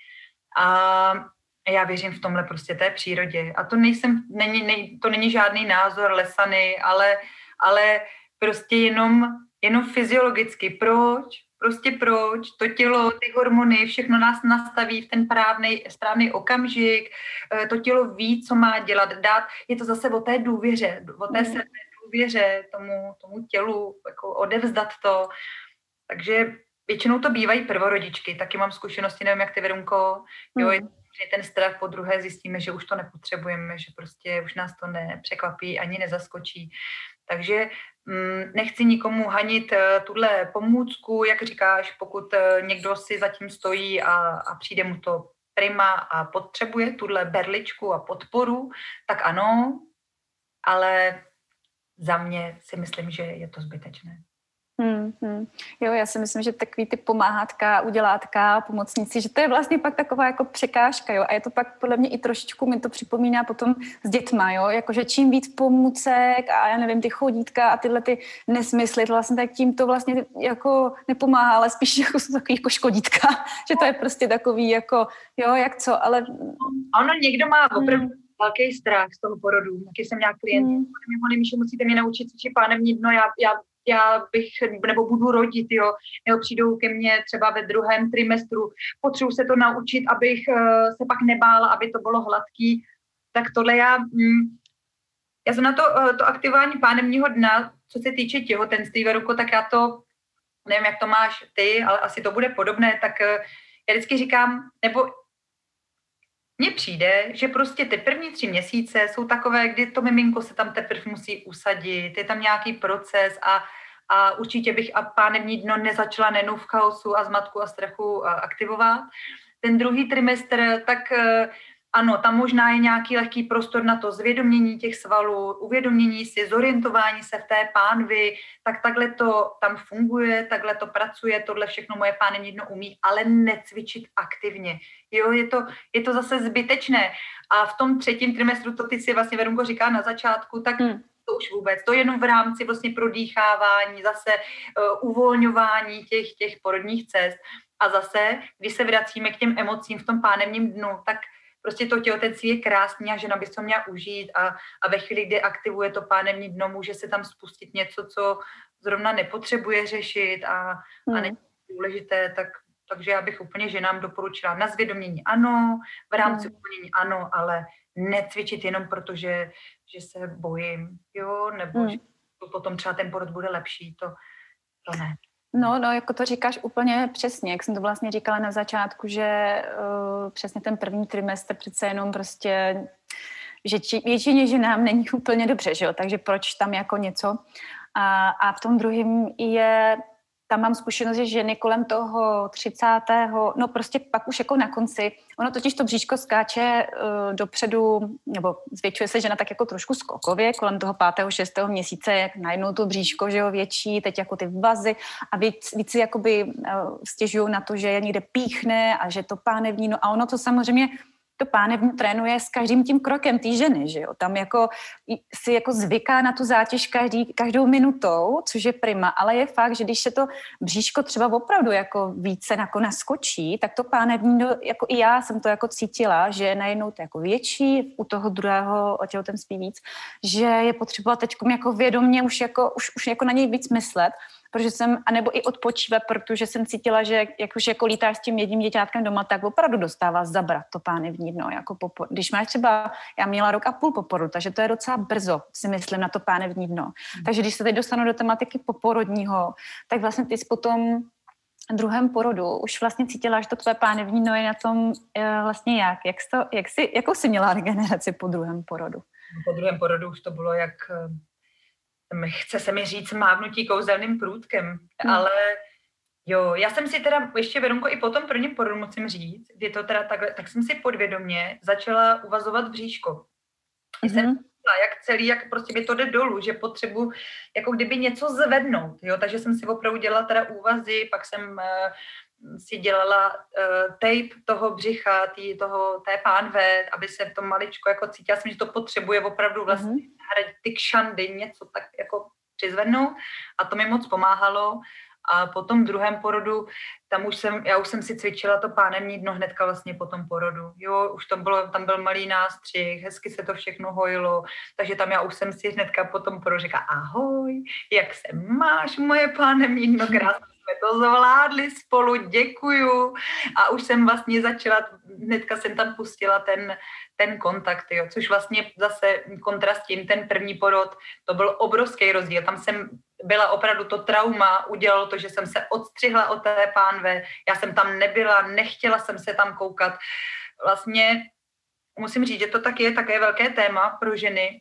Speaker 2: A já věřím v tomhle prostě té přírodě. A to nejsem, není, nej, to není žádný názor lesany, ale, ale prostě jenom, jenom fyziologicky. Proč? Prostě proč? To tělo, ty hormony, všechno nás nastaví v ten právnej, správný okamžik. To tělo ví, co má dělat, dát. Je to zase o té důvěře, o té sebe důvěře tomu, tomu tělu, jako odevzdat to. Takže většinou to bývají prvorodičky, taky mám zkušenosti, nevím, jak ty, Verunko, jo, mm. ten strach, po druhé zjistíme, že už to nepotřebujeme, že prostě už nás to nepřekvapí, ani nezaskočí. Takže mm, nechci nikomu hanit uh, tuhle pomůcku, jak říkáš, pokud uh, někdo si zatím stojí a, a přijde mu to prima a potřebuje tuhle berličku a podporu, tak ano, ale za mě si myslím, že je to zbytečné.
Speaker 1: Hmm, hmm. Jo, já si myslím, že takový ty pomáhátka, udělátka, pomocníci, že to je vlastně pak taková jako překážka, jo, a je to pak podle mě i trošičku, mi to připomíná potom s dětma, jo, jakože čím víc pomůcek a já nevím, ty chodítka a tyhle ty nesmysly, vlastně tak tím to vlastně jako nepomáhá, ale spíš jako jsou takový jako škodítka, že to je prostě takový jako, jo, jak co, ale...
Speaker 2: Ono někdo má opravdu hmm. velký strach z toho porodu, taky jsem nějak klient, hmm. že musíte mě naučit cvičit pánevní dno, já, já já bych, nebo budu rodit, jo, nebo přijdou ke mně třeba ve druhém trimestru, potřebuji se to naučit, abych uh, se pak nebála, aby to bylo hladký, tak tohle já, mm, já jsem na to, uh, to aktivování pánevního dna, co se týče těhotenství, Veruko, tak já to, nevím, jak to máš ty, ale asi to bude podobné, tak uh, já vždycky říkám, nebo mně přijde, že prostě ty první tři měsíce jsou takové, kdy to miminko se tam teprve musí usadit, je tam nějaký proces a, a určitě bych a pánevní dno nezačala nenu v chaosu a zmatku a strachu aktivovat. Ten druhý trimestr, tak ano, tam možná je nějaký lehký prostor na to zvědomění těch svalů, uvědomění si, zorientování se v té pánvi, tak takhle to tam funguje, takhle to pracuje, tohle všechno moje pánevní dno umí, ale necvičit aktivně. Jo, je to, je to zase zbytečné. A v tom třetím trimestru, to ty si vlastně, Verunko, říká na začátku, tak hmm. to už vůbec, to jenom v rámci vlastně prodýchávání, zase uh, uvolňování těch, těch porodních cest. A zase, když se vracíme k těm emocím v tom pánevním dnu, tak prostě to těhotenství je krásný a žena by to měla užít a, a ve chvíli, kdy aktivuje to pánevní dno, může se tam spustit něco, co zrovna nepotřebuje řešit a, hmm. a není důležité, tak, takže já bych úplně ženám doporučila na zvědomění ano, v rámci hmm. uvolnění ano, ale necvičit jenom proto, že, že se bojím, jo, nebo hmm. že potom třeba ten porod bude lepší, to, to ne.
Speaker 1: No, no, jako to říkáš úplně přesně, jak jsem to vlastně říkala na začátku, že uh, přesně ten první trimestr přece jenom prostě že či, většině ženám není úplně dobře, že jo, takže proč tam jako něco. A, a v tom druhém je, tam mám zkušenost, že ženy kolem toho třicátého no prostě pak už jako na konci, ono totiž to bříško skáče uh, dopředu, nebo zvětšuje se žena tak jako trošku skokově, kolem toho pátého, šestého měsíce, jak najednou to bříško, že jo, větší, teď jako ty vazy a víc, víc si jakoby uh, stěžují na to, že je někde píchne a že to pánevní, no a ono to samozřejmě to pánevní trénuje s každým tím krokem té ženy, že jo. Tam jako si jako zvyká na tu zátěž každý, každou minutou, což je prima, ale je fakt, že když se to bříško třeba opravdu jako více jako naskočí, tak to pánevní, no, jako i já jsem to jako cítila, že je najednou to jako větší, u toho druhého těhotenství víc, že je potřeba teďkom jako vědomě už jako, už, už jako na něj víc myslet, protože jsem, anebo i odpočívat, protože jsem cítila, že jak už jako lítáš s tím jedním děťátkem doma, tak opravdu dostává zabrat to pánevní dno. Jako po, když máš třeba, já měla rok a půl po porodu, takže to je docela brzo, si myslím, na to pánevní dno. Hmm. Takže když se teď dostanu do tematiky poporodního, tak vlastně ty jsi potom druhém porodu už vlastně cítila, že to tvoje pánevní dno je na tom e, vlastně jak? Jak jsi, to, jak jsi, jakou jsi měla regeneraci po druhém porodu?
Speaker 2: Po druhém porodu už to bylo jak... Chce se mi říct mávnutí kouzelným průtkem, hmm. ale jo, já jsem si teda ještě, Veronko, i po tom prvním porodu musím říct, kdy to teda takhle, tak jsem si podvědomě začala uvazovat bříško. Hmm. Jsem jak celý, jak prostě mi to jde dolů, že potřebuji jako kdyby něco zvednout, jo, takže jsem si opravdu dělala teda úvazy, pak jsem uh, si dělala uh, tape toho břicha, tý, toho, té pánve, aby se v tom maličko jako cítila jsem, že to potřebuje opravdu vlastně mm-hmm. hradit ty kšandy, něco tak jako přizvednout a to mi moc pomáhalo. A po tom druhém porodu, tam už jsem, já už jsem si cvičila to pánevní dno hnedka vlastně po tom porodu. Jo, už to bylo, tam byl malý nástřih, hezky se to všechno hojilo, takže tam já už jsem si hnedka po tom porodu říkala, ahoj, jak se máš, moje pánevní dno, krásně jsme to zvládli spolu, děkuju. A už jsem vlastně začala, hnedka jsem tam pustila ten, ten kontakt, jo, což vlastně zase kontrast tím, ten první porod, to byl obrovský rozdíl, tam jsem byla opravdu to trauma, udělalo to, že jsem se odstřihla od té pánve, já jsem tam nebyla, nechtěla jsem se tam koukat. Vlastně musím říct, že to taky je také velké téma pro ženy,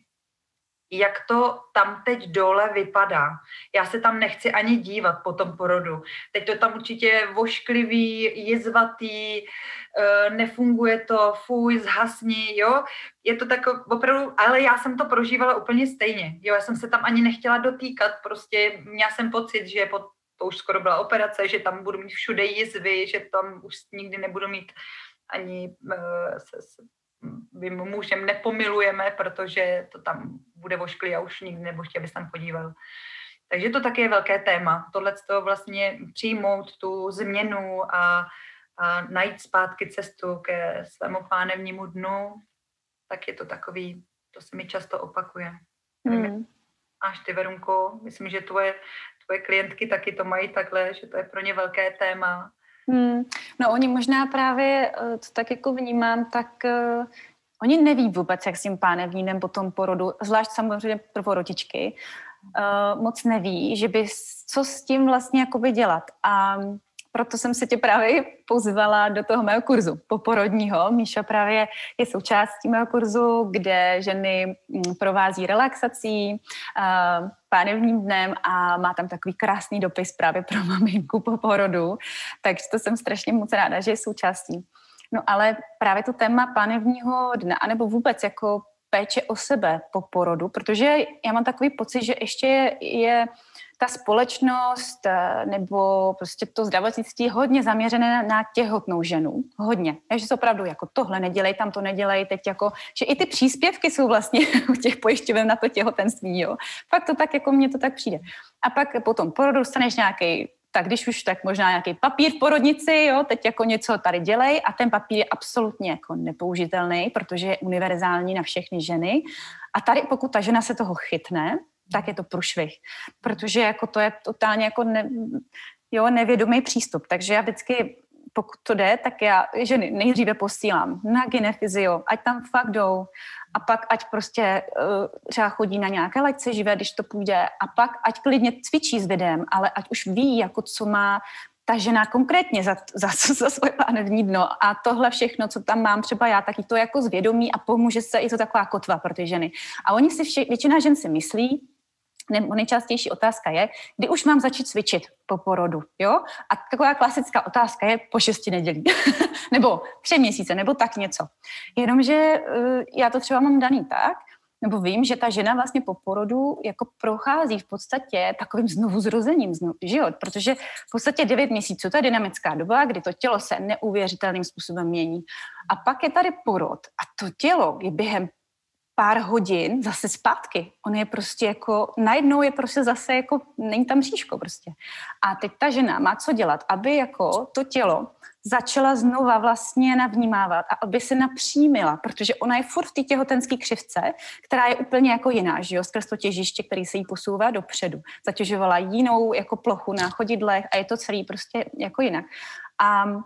Speaker 2: jak to tam teď dole vypadá. Já se tam nechci ani dívat po tom porodu. Teď to tam určitě je vošklivý, jizvatý, nefunguje to, fuj, zhasni, jo. Je to tak opravdu, ale já jsem to prožívala úplně stejně. Jo, já jsem se tam ani nechtěla dotýkat, prostě měla jsem pocit, že po, to už skoro byla operace, že tam budu mít všude jizvy, že tam už nikdy nebudu mít ani uh, se, se, vím, mužem nepomilujeme, protože to tam bude vošklý a už nikdy nebudu chtěla, abys tam podíval. Takže to taky je velké téma. Tohle to vlastně přijmout tu změnu a, a najít zpátky cestu ke svému pánevnímu dnu, tak je to takový, to se mi často opakuje. Hmm. Až ty, Verunko, myslím, že tvoje, tvoje klientky taky to mají takhle, že to je pro ně velké téma.
Speaker 1: Hmm. No oni možná právě, to tak jako vnímám, tak uh, oni neví vůbec, jak s tím pánevním dnem po tom porodu, zvlášť samozřejmě prvorodičky, uh, moc neví, že by, co s tím vlastně jakoby dělat. A proto jsem se tě právě pozvala do toho mého kurzu poporodního. Míša právě je součástí mého kurzu, kde ženy provází relaxací, uh, pánevním dnem a má tam takový krásný dopis právě pro maminku po porodu. Takže to jsem strašně moc ráda, že je součástí. No ale právě to téma pánevního dne, anebo vůbec jako péče o sebe po porodu, protože já mám takový pocit, že ještě je, je ta společnost nebo prostě to zdravotnictví hodně zaměřené na těhotnou ženu. Hodně. Takže se opravdu jako tohle nedělej, tam to nedělej, teď jako, že i ty příspěvky jsou vlastně u těch pojišťoven na to těhotenství, jo. Fakt to tak, jako mně to tak přijde. A pak potom porodu dostaneš nějaký, tak když už, tak možná nějaký papír v porodnici, jo, teď jako něco tady dělej a ten papír je absolutně jako nepoužitelný, protože je univerzální na všechny ženy. A tady, pokud ta žena se toho chytne, tak je to průšvih, protože jako to je totálně jako ne, jo, nevědomý přístup. Takže já vždycky, pokud to jde, tak já ženy nejdříve posílám na gynefyzio, ať tam fakt jdou a pak ať prostě uh, třeba chodí na nějaké lekce živé, když to půjde a pak ať klidně cvičí s videem, ale ať už ví, jako co má ta žena konkrétně za, za, za svoje pánevní dno a tohle všechno, co tam mám třeba já, taky to jako zvědomí a pomůže se i to taková kotva pro ty ženy. A oni si vše, většina žen si myslí, nebo nejčastější otázka je, kdy už mám začít cvičit po porodu, jo? A taková klasická otázka je po šesti nedělí, nebo tři měsíce, nebo tak něco. Jenomže uh, já to třeba mám daný tak, nebo vím, že ta žena vlastně po porodu jako prochází v podstatě takovým znovu zrozením, znovu, že jo? Protože v podstatě devět měsíců, to je dynamická doba, kdy to tělo se neuvěřitelným způsobem mění. A pak je tady porod a to tělo je během pár hodin zase zpátky. On je prostě jako, najednou je prostě zase jako, není tam bříško prostě. A teď ta žena má co dělat, aby jako to tělo začala znova vlastně navnímávat a aby se napřímila, protože ona je furt v té těhotenské křivce, která je úplně jako jiná, že jo, skrz to těžiště, který se jí posouvá dopředu. Zatěžovala jinou jako plochu na chodidlech a je to celý prostě jako jinak. A uh,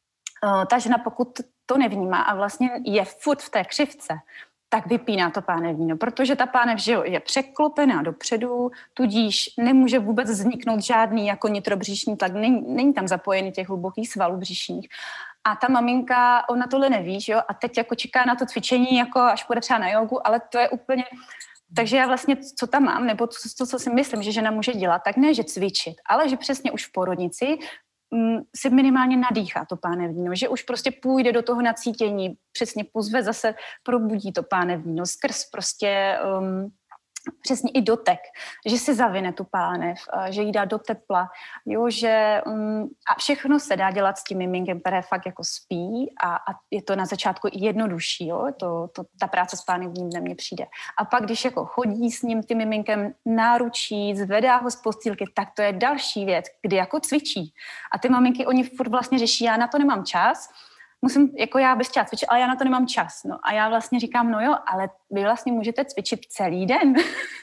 Speaker 1: ta žena, pokud to nevnímá a vlastně je furt v té křivce, tak vypíná to pánevní, protože ta pánev, že jo, je překlopená dopředu, tudíž nemůže vůbec vzniknout žádný jako nitrobříšní tlak, není, není tam zapojený těch hlubokých svalů bříšních. A ta maminka, ona tohle neví, že jo, a teď jako čeká na to cvičení, jako až půjde třeba na jogu, ale to je úplně... Takže já vlastně, co tam mám, nebo to, to, co si myslím, že žena může dělat, tak ne, že cvičit, ale že přesně už v porodnici si minimálně nadýchá to pánevní, no, že už prostě půjde do toho nacítění, přesně pozve, zase probudí to pánevní, no, skrz prostě um, přesně i dotek, že si zavine tu pánev, že jí dá do tepla, jo, že um, a všechno se dá dělat s tím miminkem, které fakt jako spí a, a je to na začátku i jednodušší, jo, to, to, ta práce s pánevním dnem mně přijde. A pak, když jako chodí s ním, tím miminkem náručí, zvedá ho z postýlky, tak to je další věc, kdy jako cvičí. A ty maminky, oni furt vlastně řeší, já na to nemám čas, musím, jako já bych chtěla cvičit, ale já na to nemám čas. No a já vlastně říkám, no jo, ale vy vlastně můžete cvičit celý den.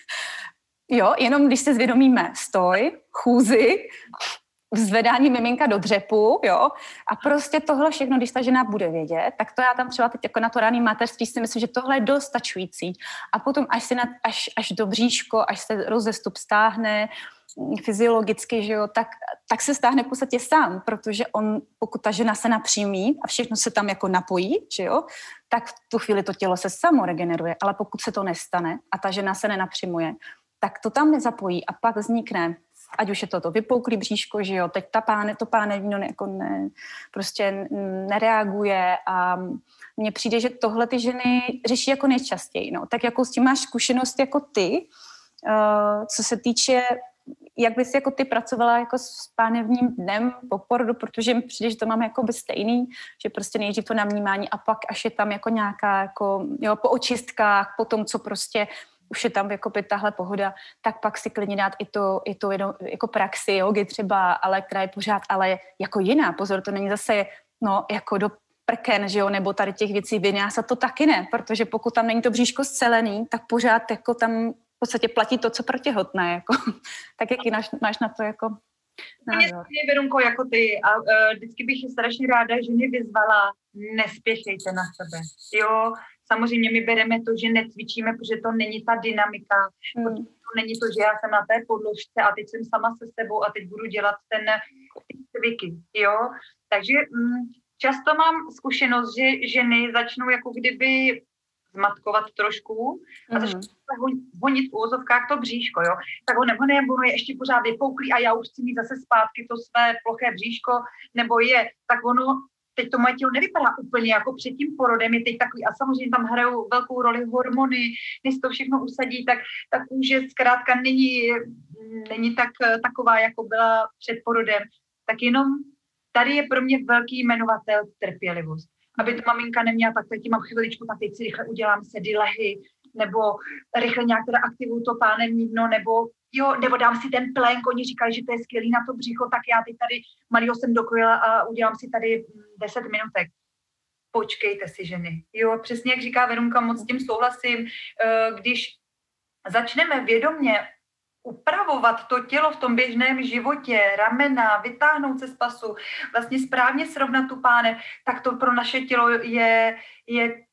Speaker 1: Jo, jenom když se zvědomíme stoj, chůzi, zvedání miminka do dřepu, jo, a prostě tohle všechno, když ta žena bude vědět, tak to já tam třeba teď jako na to raný mateřství si myslím, že tohle je dostačující. A potom, až, si na, až, až do bříško, až se rozestup stáhne, fyziologicky, že jo, tak, tak se stáhne v podstatě sám, protože on, pokud ta žena se napřímí a všechno se tam jako napojí, že jo, tak v tu chvíli to tělo se samo regeneruje, ale pokud se to nestane a ta žena se nenapřimuje, tak to tam nezapojí a pak vznikne, ať už je to to vypouklý bříško, že jo, teď ta páne, to pánevní ne, jako ne, prostě nereaguje a mně přijde, že tohle ty ženy řeší jako nejčastěji, no, tak jako s tím máš zkušenost jako ty, uh, co se týče jak bys jako ty pracovala jako s pánevním dnem po porodu, protože mi přijde, že to máme jako by stejný, že prostě nejdřív to navnímání a pak až je tam jako nějaká jako, jo, po očistkách, po tom, co prostě už je tam jako by tahle pohoda, tak pak si klidně dát i to, i to jedno, jako praxi jogy třeba, ale která je pořád, ale jako jiná. Pozor, to není zase no jako do prken, že jo, nebo tady těch věcí vinyasa, to taky ne, protože pokud tam není to bříško scelený, tak pořád jako tam v podstatě platí to, co pro těhotné, jako. Tak jaký máš, máš na to jako názor?
Speaker 2: Mě Verunko, jako ty a uh, vždycky bych strašně ráda ženy vyzvala, nespěchejte na sebe, jo, samozřejmě my bereme to, že necvičíme, protože to není ta dynamika, hmm. to není to, že já jsem na té podložce a teď jsem sama se sebou a teď budu dělat ten ty cviky, jo, takže mm, často mám zkušenost, že ženy začnou jako kdyby zmatkovat trošku a mm. začnou honit v úvozovkách to bříško, jo. Tak ho nebo ne, ono je ještě pořád vypouklý a já už chci mít zase zpátky to své ploché bříško, nebo je, tak ono, teď to moje tělo nevypadá úplně jako před tím porodem, je teď takový, a samozřejmě tam hrajou velkou roli hormony, než to všechno usadí, tak ta kůže zkrátka není, není tak taková, jako byla před porodem, tak jenom tady je pro mě velký jmenovatel trpělivost. Aby ta maminka neměla tak, teď mám chviličku, tak teď si rychle udělám sedy, lehy, nebo rychle nějak teda aktivuju to pánevní dno, nebo jo, nebo dám si ten plenk, oni říkají, že to je skvělý na to břicho, tak já teď tady malýho jsem dokojila a udělám si tady deset minutek. Počkejte si, ženy. Jo, přesně jak říká Verunka, moc s tím souhlasím. Když začneme vědomě upravovat to tělo v tom běžném životě, ramena, vytáhnout se z pasu, vlastně správně srovnat tu pánev, tak to pro naše tělo je, je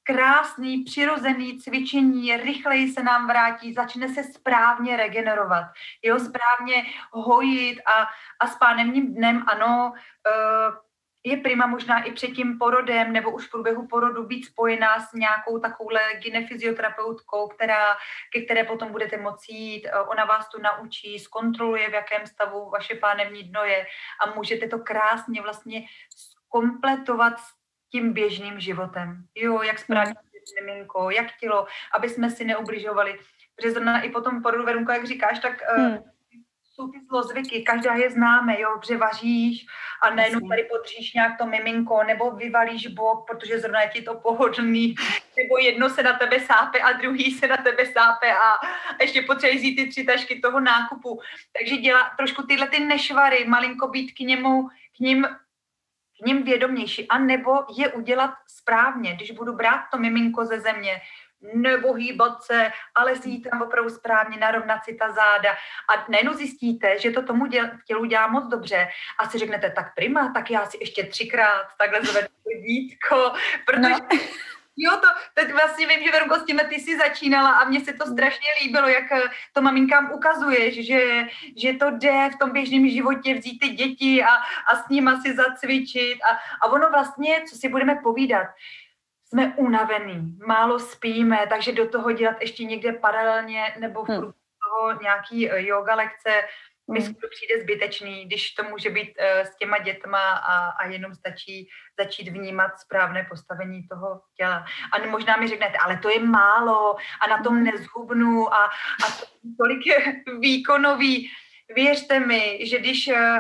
Speaker 2: krásný, přirozený cvičení, rychleji se nám vrátí, začne se správně regenerovat, jo, správně hojit a, a s pánevním dnem, ano, uh, je prima možná i před tím porodem nebo už v průběhu porodu být spojená s nějakou takovouhle gynefyzioterapeutkou, která, ke které potom budete moci jít. Ona vás tu naučí, zkontroluje, v jakém stavu vaše pánevní dno je a můžete to krásně vlastně kompletovat s tím běžným životem. Jo, jak správně miminko, jak tělo, aby jsme si neubližovali. Protože zrovna i potom porodu, Verunko, jak říkáš, tak hmm. jsou ty zlozvyky, každá je známe, jo, že vaříš a najednou tady podříš nějak to miminko, nebo vyvalíš bok, protože zrovna je ti to pohodlný, nebo jedno se na tebe sápe a druhý se na tebe sápe a ještě potřebuješ vzít ty tři tašky toho nákupu. Takže dělá trošku tyhle ty nešvary, malinko být k němu, k ním, k ním vědomější, a nebo je udělat správně, když budu brát to miminko ze země, nebo hýbat se, ale si jít tam opravdu správně, narovnat si ta záda. A najednou zjistíte, že to tomu děl, tělu dělá moc dobře a si řeknete, tak prima, tak já si ještě třikrát takhle zvedu dítko, protože no. Jo, to, teď vlastně vím, že Verunko, s tím ty jsi začínala a mně se to strašně líbilo, jak to maminkám ukazuješ, že, že to jde v tom běžném životě vzít ty děti a, a s nima si zacvičit a, a ono vlastně, co si budeme povídat, jsme unavený, málo spíme, takže do toho dělat ještě někde paralelně nebo v průběhu toho nějaký yoga lekce, mi hmm. přijde zbytečný, když to může být uh, s těma dětma a, a jenom stačí začít vnímat správné postavení toho těla. A možná mi řeknete, ale to je málo a na tom nezhubnu a, a to tolik je výkonový. Věřte mi, že když uh,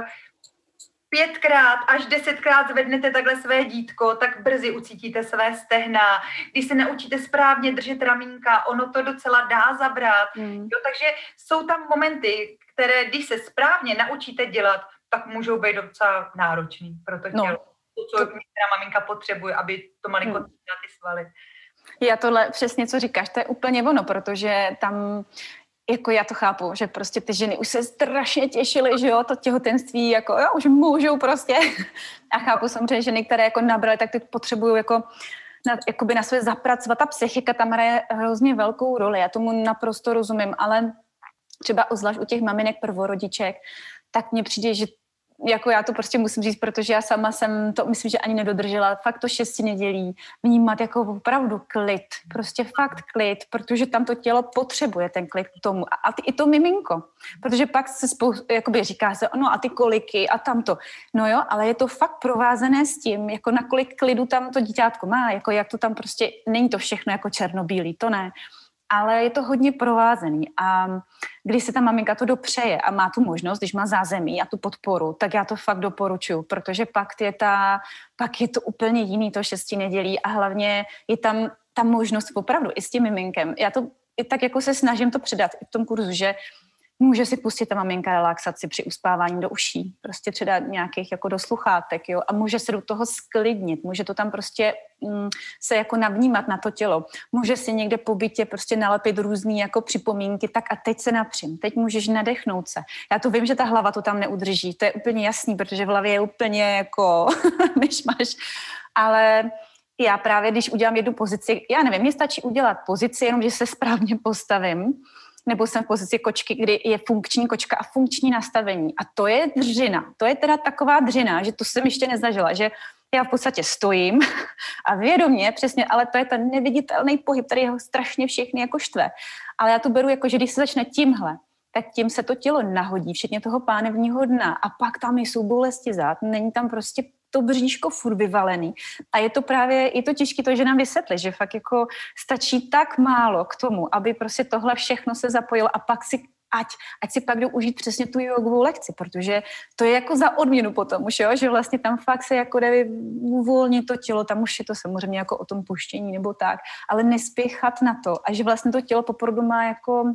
Speaker 2: pětkrát až desetkrát zvednete takhle své dítko, tak brzy ucítíte své stehna. Když se naučíte správně držet ramínka, ono to docela dá zabrat. Mm. Jo, takže jsou tam momenty, které, když se správně naučíte dělat, tak můžou být docela náročný pro to tělo. No, to, co to... maminka potřebuje, aby to malinko mm. ty svaly.
Speaker 1: Já tohle přesně, co říkáš, to je úplně ono, protože tam jako já to chápu, že prostě ty ženy už se strašně těšily, že jo, to těhotenství, jako jo, už můžou prostě. A chápu samozřejmě ženy, které jako nabraly, tak ty potřebují jako na, jakoby na své zapracovat. Ta psychika tam hraje hrozně velkou roli, já tomu naprosto rozumím, ale třeba zvlášť u těch maminek prvorodiček, tak mně přijde, že jako já to prostě musím říct, protože já sama jsem to, myslím, že ani nedodržela, fakt to šesti nedělí, vnímat jako opravdu klid, prostě fakt klid, protože tam to tělo potřebuje ten klid k tomu a, a ty, i to miminko, protože pak se spou, jakoby říká se, no a ty koliky a tamto, no jo, ale je to fakt provázané s tím, jako na kolik klidu tam to díťátko má, jako jak to tam prostě, není to všechno jako černobílý, to ne, ale je to hodně provázený a když se ta maminka to dopřeje a má tu možnost, když má zázemí a tu podporu, tak já to fakt doporučuji, protože pak je, ta, pak je to úplně jiný, to šesti nedělí a hlavně je tam ta možnost opravdu i s tím miminkem. Já to i tak jako se snažím to předat i v tom kurzu, že může si pustit ta maminka relaxaci při uspávání do uší, prostě třeba nějakých jako do sluchátek, jo, a může se do toho sklidnit, může to tam prostě mm, se jako navnímat na to tělo, může si někde po bytě prostě nalepit různý jako připomínky, tak a teď se napřím, teď můžeš nadechnout se. Já to vím, že ta hlava to tam neudrží, to je úplně jasný, protože v hlavě je úplně jako myšmaš, ale já právě, když udělám jednu pozici, já nevím, mně stačí udělat pozici, jenom že se správně postavím, nebo jsem v pozici kočky, kdy je funkční kočka a funkční nastavení. A to je dřina. To je teda taková dřina, že to jsem ještě nezažila, že já v podstatě stojím a vědomě, přesně, ale to je ten neviditelný pohyb, který ho strašně všechny jako štve. Ale já to beru jako, že když se začne tímhle, tak tím se to tělo nahodí, včetně toho pánevního dna a pak tam jsou bolesti zad, není tam prostě to bříško furt vyvalený. A je to právě, je to těžké to, že nám vysvětli, že fakt jako stačí tak málo k tomu, aby prostě tohle všechno se zapojilo a pak si, ať, ať si pak jdou užít přesně tu jogovou lekci, protože to je jako za odměnu potom už, jo, že vlastně tam fakt se jako jde uvolnit to tělo, tam už je to samozřejmě jako o tom puštění nebo tak, ale nespěchat na to a že vlastně to tělo po porodu má jako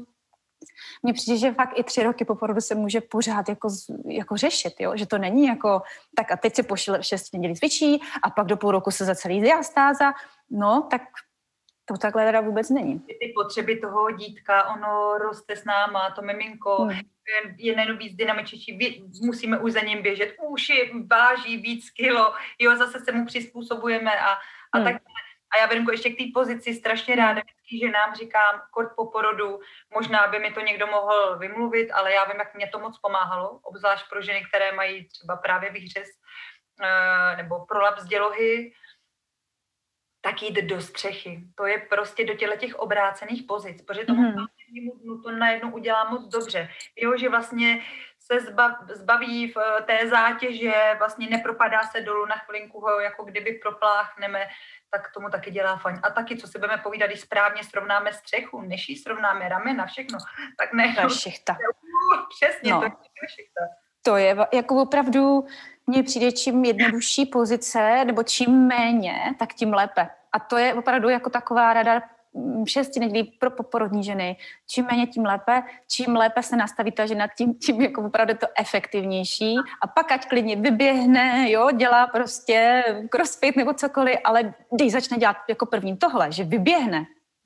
Speaker 1: mně přijde, že fakt i tři roky po porodu se může pořád jako, jako řešit, jo? Že to není jako, tak a teď se po šesti nedělí cvičí a pak do půl roku se za celý diastáza, no tak to takhle teda vůbec není.
Speaker 2: Ty potřeby toho dítka, ono roste s náma, to miminko hmm. je nejen víc dynamičtější, musíme už za ním běžet, už je, váží víc kilo, jo, zase se mu přizpůsobujeme a, a hmm. tak A já Věrunko ještě k té pozici strašně ráda vždycky ženám říkám, kort po porodu, možná by mi to někdo mohl vymluvit, ale já vím, jak mě to moc pomáhalo, obzvlášť pro ženy, které mají třeba právě výhřez uh, nebo prolaps dělohy, tak jít do střechy. To je prostě do těchto těch obrácených pozic, protože tomu
Speaker 1: Mhm.
Speaker 2: pátnému dnu to najednou udělá moc dobře. Jo, že vlastně se zbav, zbaví v eh, té zátěže, vlastně nepropadá se dolů na chvilinku, ho jako kdyby propláchneme, tak tomu taky dělá fajn. A taky, co si budeme povídat, když správně srovnáme střechu, než ji srovnáme ramena, všechno, tak ne.
Speaker 1: To je šichta.
Speaker 2: Přesně,
Speaker 1: No.
Speaker 2: to je šichta.
Speaker 1: To je va- jako opravdu, mně přijde, čím jednodušší pozice, nebo čím méně, tak tím lépe. A to je opravdu jako taková rada mm, šesti nedělí pro poporodní ženy. Čím méně, tím lépe. Čím lépe se nastaví ta žena, tím, tím jako opravdu je to efektivnější. A pak ať klidně vyběhne, jo, dělá prostě crossfit nebo cokoliv, ale když začne dělat jako první tohle, že vyběhne,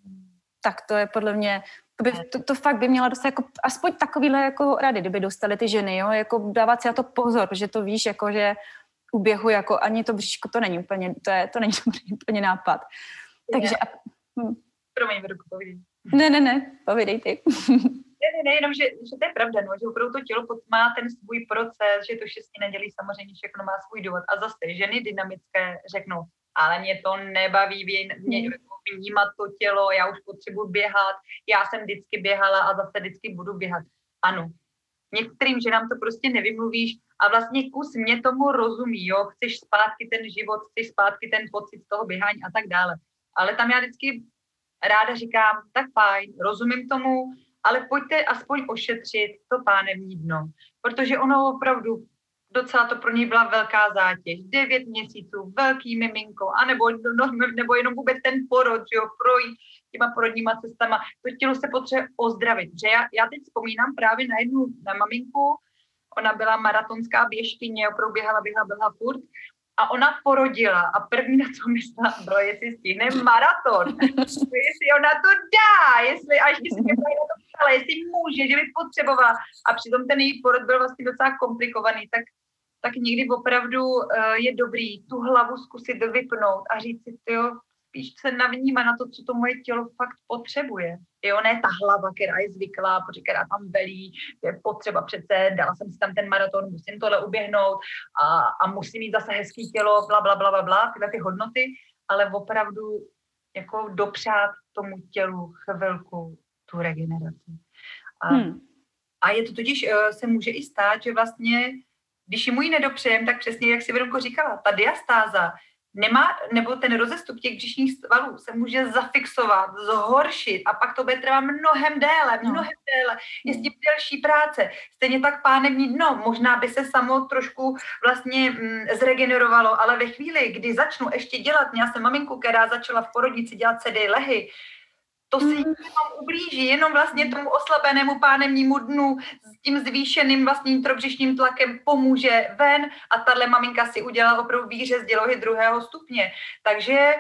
Speaker 1: tak to je podle mě, to, by, to, to fakt by měla dostat jako aspoň takovýhle jako rady, kdyby dostaly ty ženy, jo, jako dávat si na to pozor, protože to víš, jako že u běhu jako ani to bříško, to není úplně, to, je, to není dobrý úplně nápad. Takže... A, hm.
Speaker 2: Promiň, Věrunko, povídej.
Speaker 1: Ne, ne, ne, povídej ty.
Speaker 2: Ne, ne, ne, jenom, že, že to je pravda, no, že opravdu to tělo má ten svůj proces, že to šesti nedělí samozřejmě všechno má svůj důvod. A zase ženy dynamické řeknou, ale mě to nebaví, mě, mě, vnímat to tělo, já už potřebuji běhat, já jsem vždycky běhala a zase vždycky budu běhat. Ano, některým ženám to prostě nevymluvíš a vlastně kus mě tomu rozumí, jo, chceš zpátky ten život, chceš zpátky ten pocit z toho běhání a tak dále. Ale tam já vždycky ráda říkám, tak fajn, rozumím tomu, ale pojďte aspoň ošetřit to pánevní dno, protože ono opravdu docela to pro něj byla velká zátěž. Devět měsíců, velký miminko, anebo no, nebo jenom vůbec ten porod, že jo, projít těma porodníma cestama. To tělo se potřebuje ozdravit. Že já, já teď vzpomínám právě na jednu na maminku, ona byla maratonská běžkyně, opravdu běhala, běhala, běhala furt, a ona porodila a první, na co myslela, bylo, jestli stihne maraton, jestli ona to dá, jestli, až by se mě na to ptala, jestli může, že by potřebovala. A přitom ten její porod byl vlastně docela komplikovaný, tak, tak někdy opravdu uh, je dobrý tu hlavu zkusit vypnout a říct si, jo, spíš se navnímá na to, co to moje tělo fakt potřebuje. Jo, ne ta hlava, která je zvyklá, protože která tam velí, je potřeba přece, dala jsem si tam ten maraton, musím tohle uběhnout a, a musím mít zase hezký tělo, bla, bla, bla, bla, bla, tyhle ty hodnoty, ale opravdu jako dopřát tomu tělu chvilku tu regeneraci. A, hmm. a je to totiž, se může i stát, že vlastně, když mu ji nedopřejem, tak přesně, jak si Věrunko říkala, ta diastáza, nemá, nebo ten rozestup těch břišních svalů se může zafixovat, zhoršit a pak to bude trvat mnohem déle, mnohem déle. Je s tím delší práce. Stejně tak pánevní dno, možná by se samo trošku vlastně mm, zregenerovalo, ale ve chvíli, kdy začnu ještě dělat, měla jsem maminku, která začala v porodnici dělat sedy lehy, to si jenom ublíží, jenom vlastně tomu oslabenému pánevnímu dnu s tím zvýšeným vlastním nitrobřišním tlakem pomůže ven a tahle maminka si udělala opravdu výřez dělohy druhého stupně. Takže,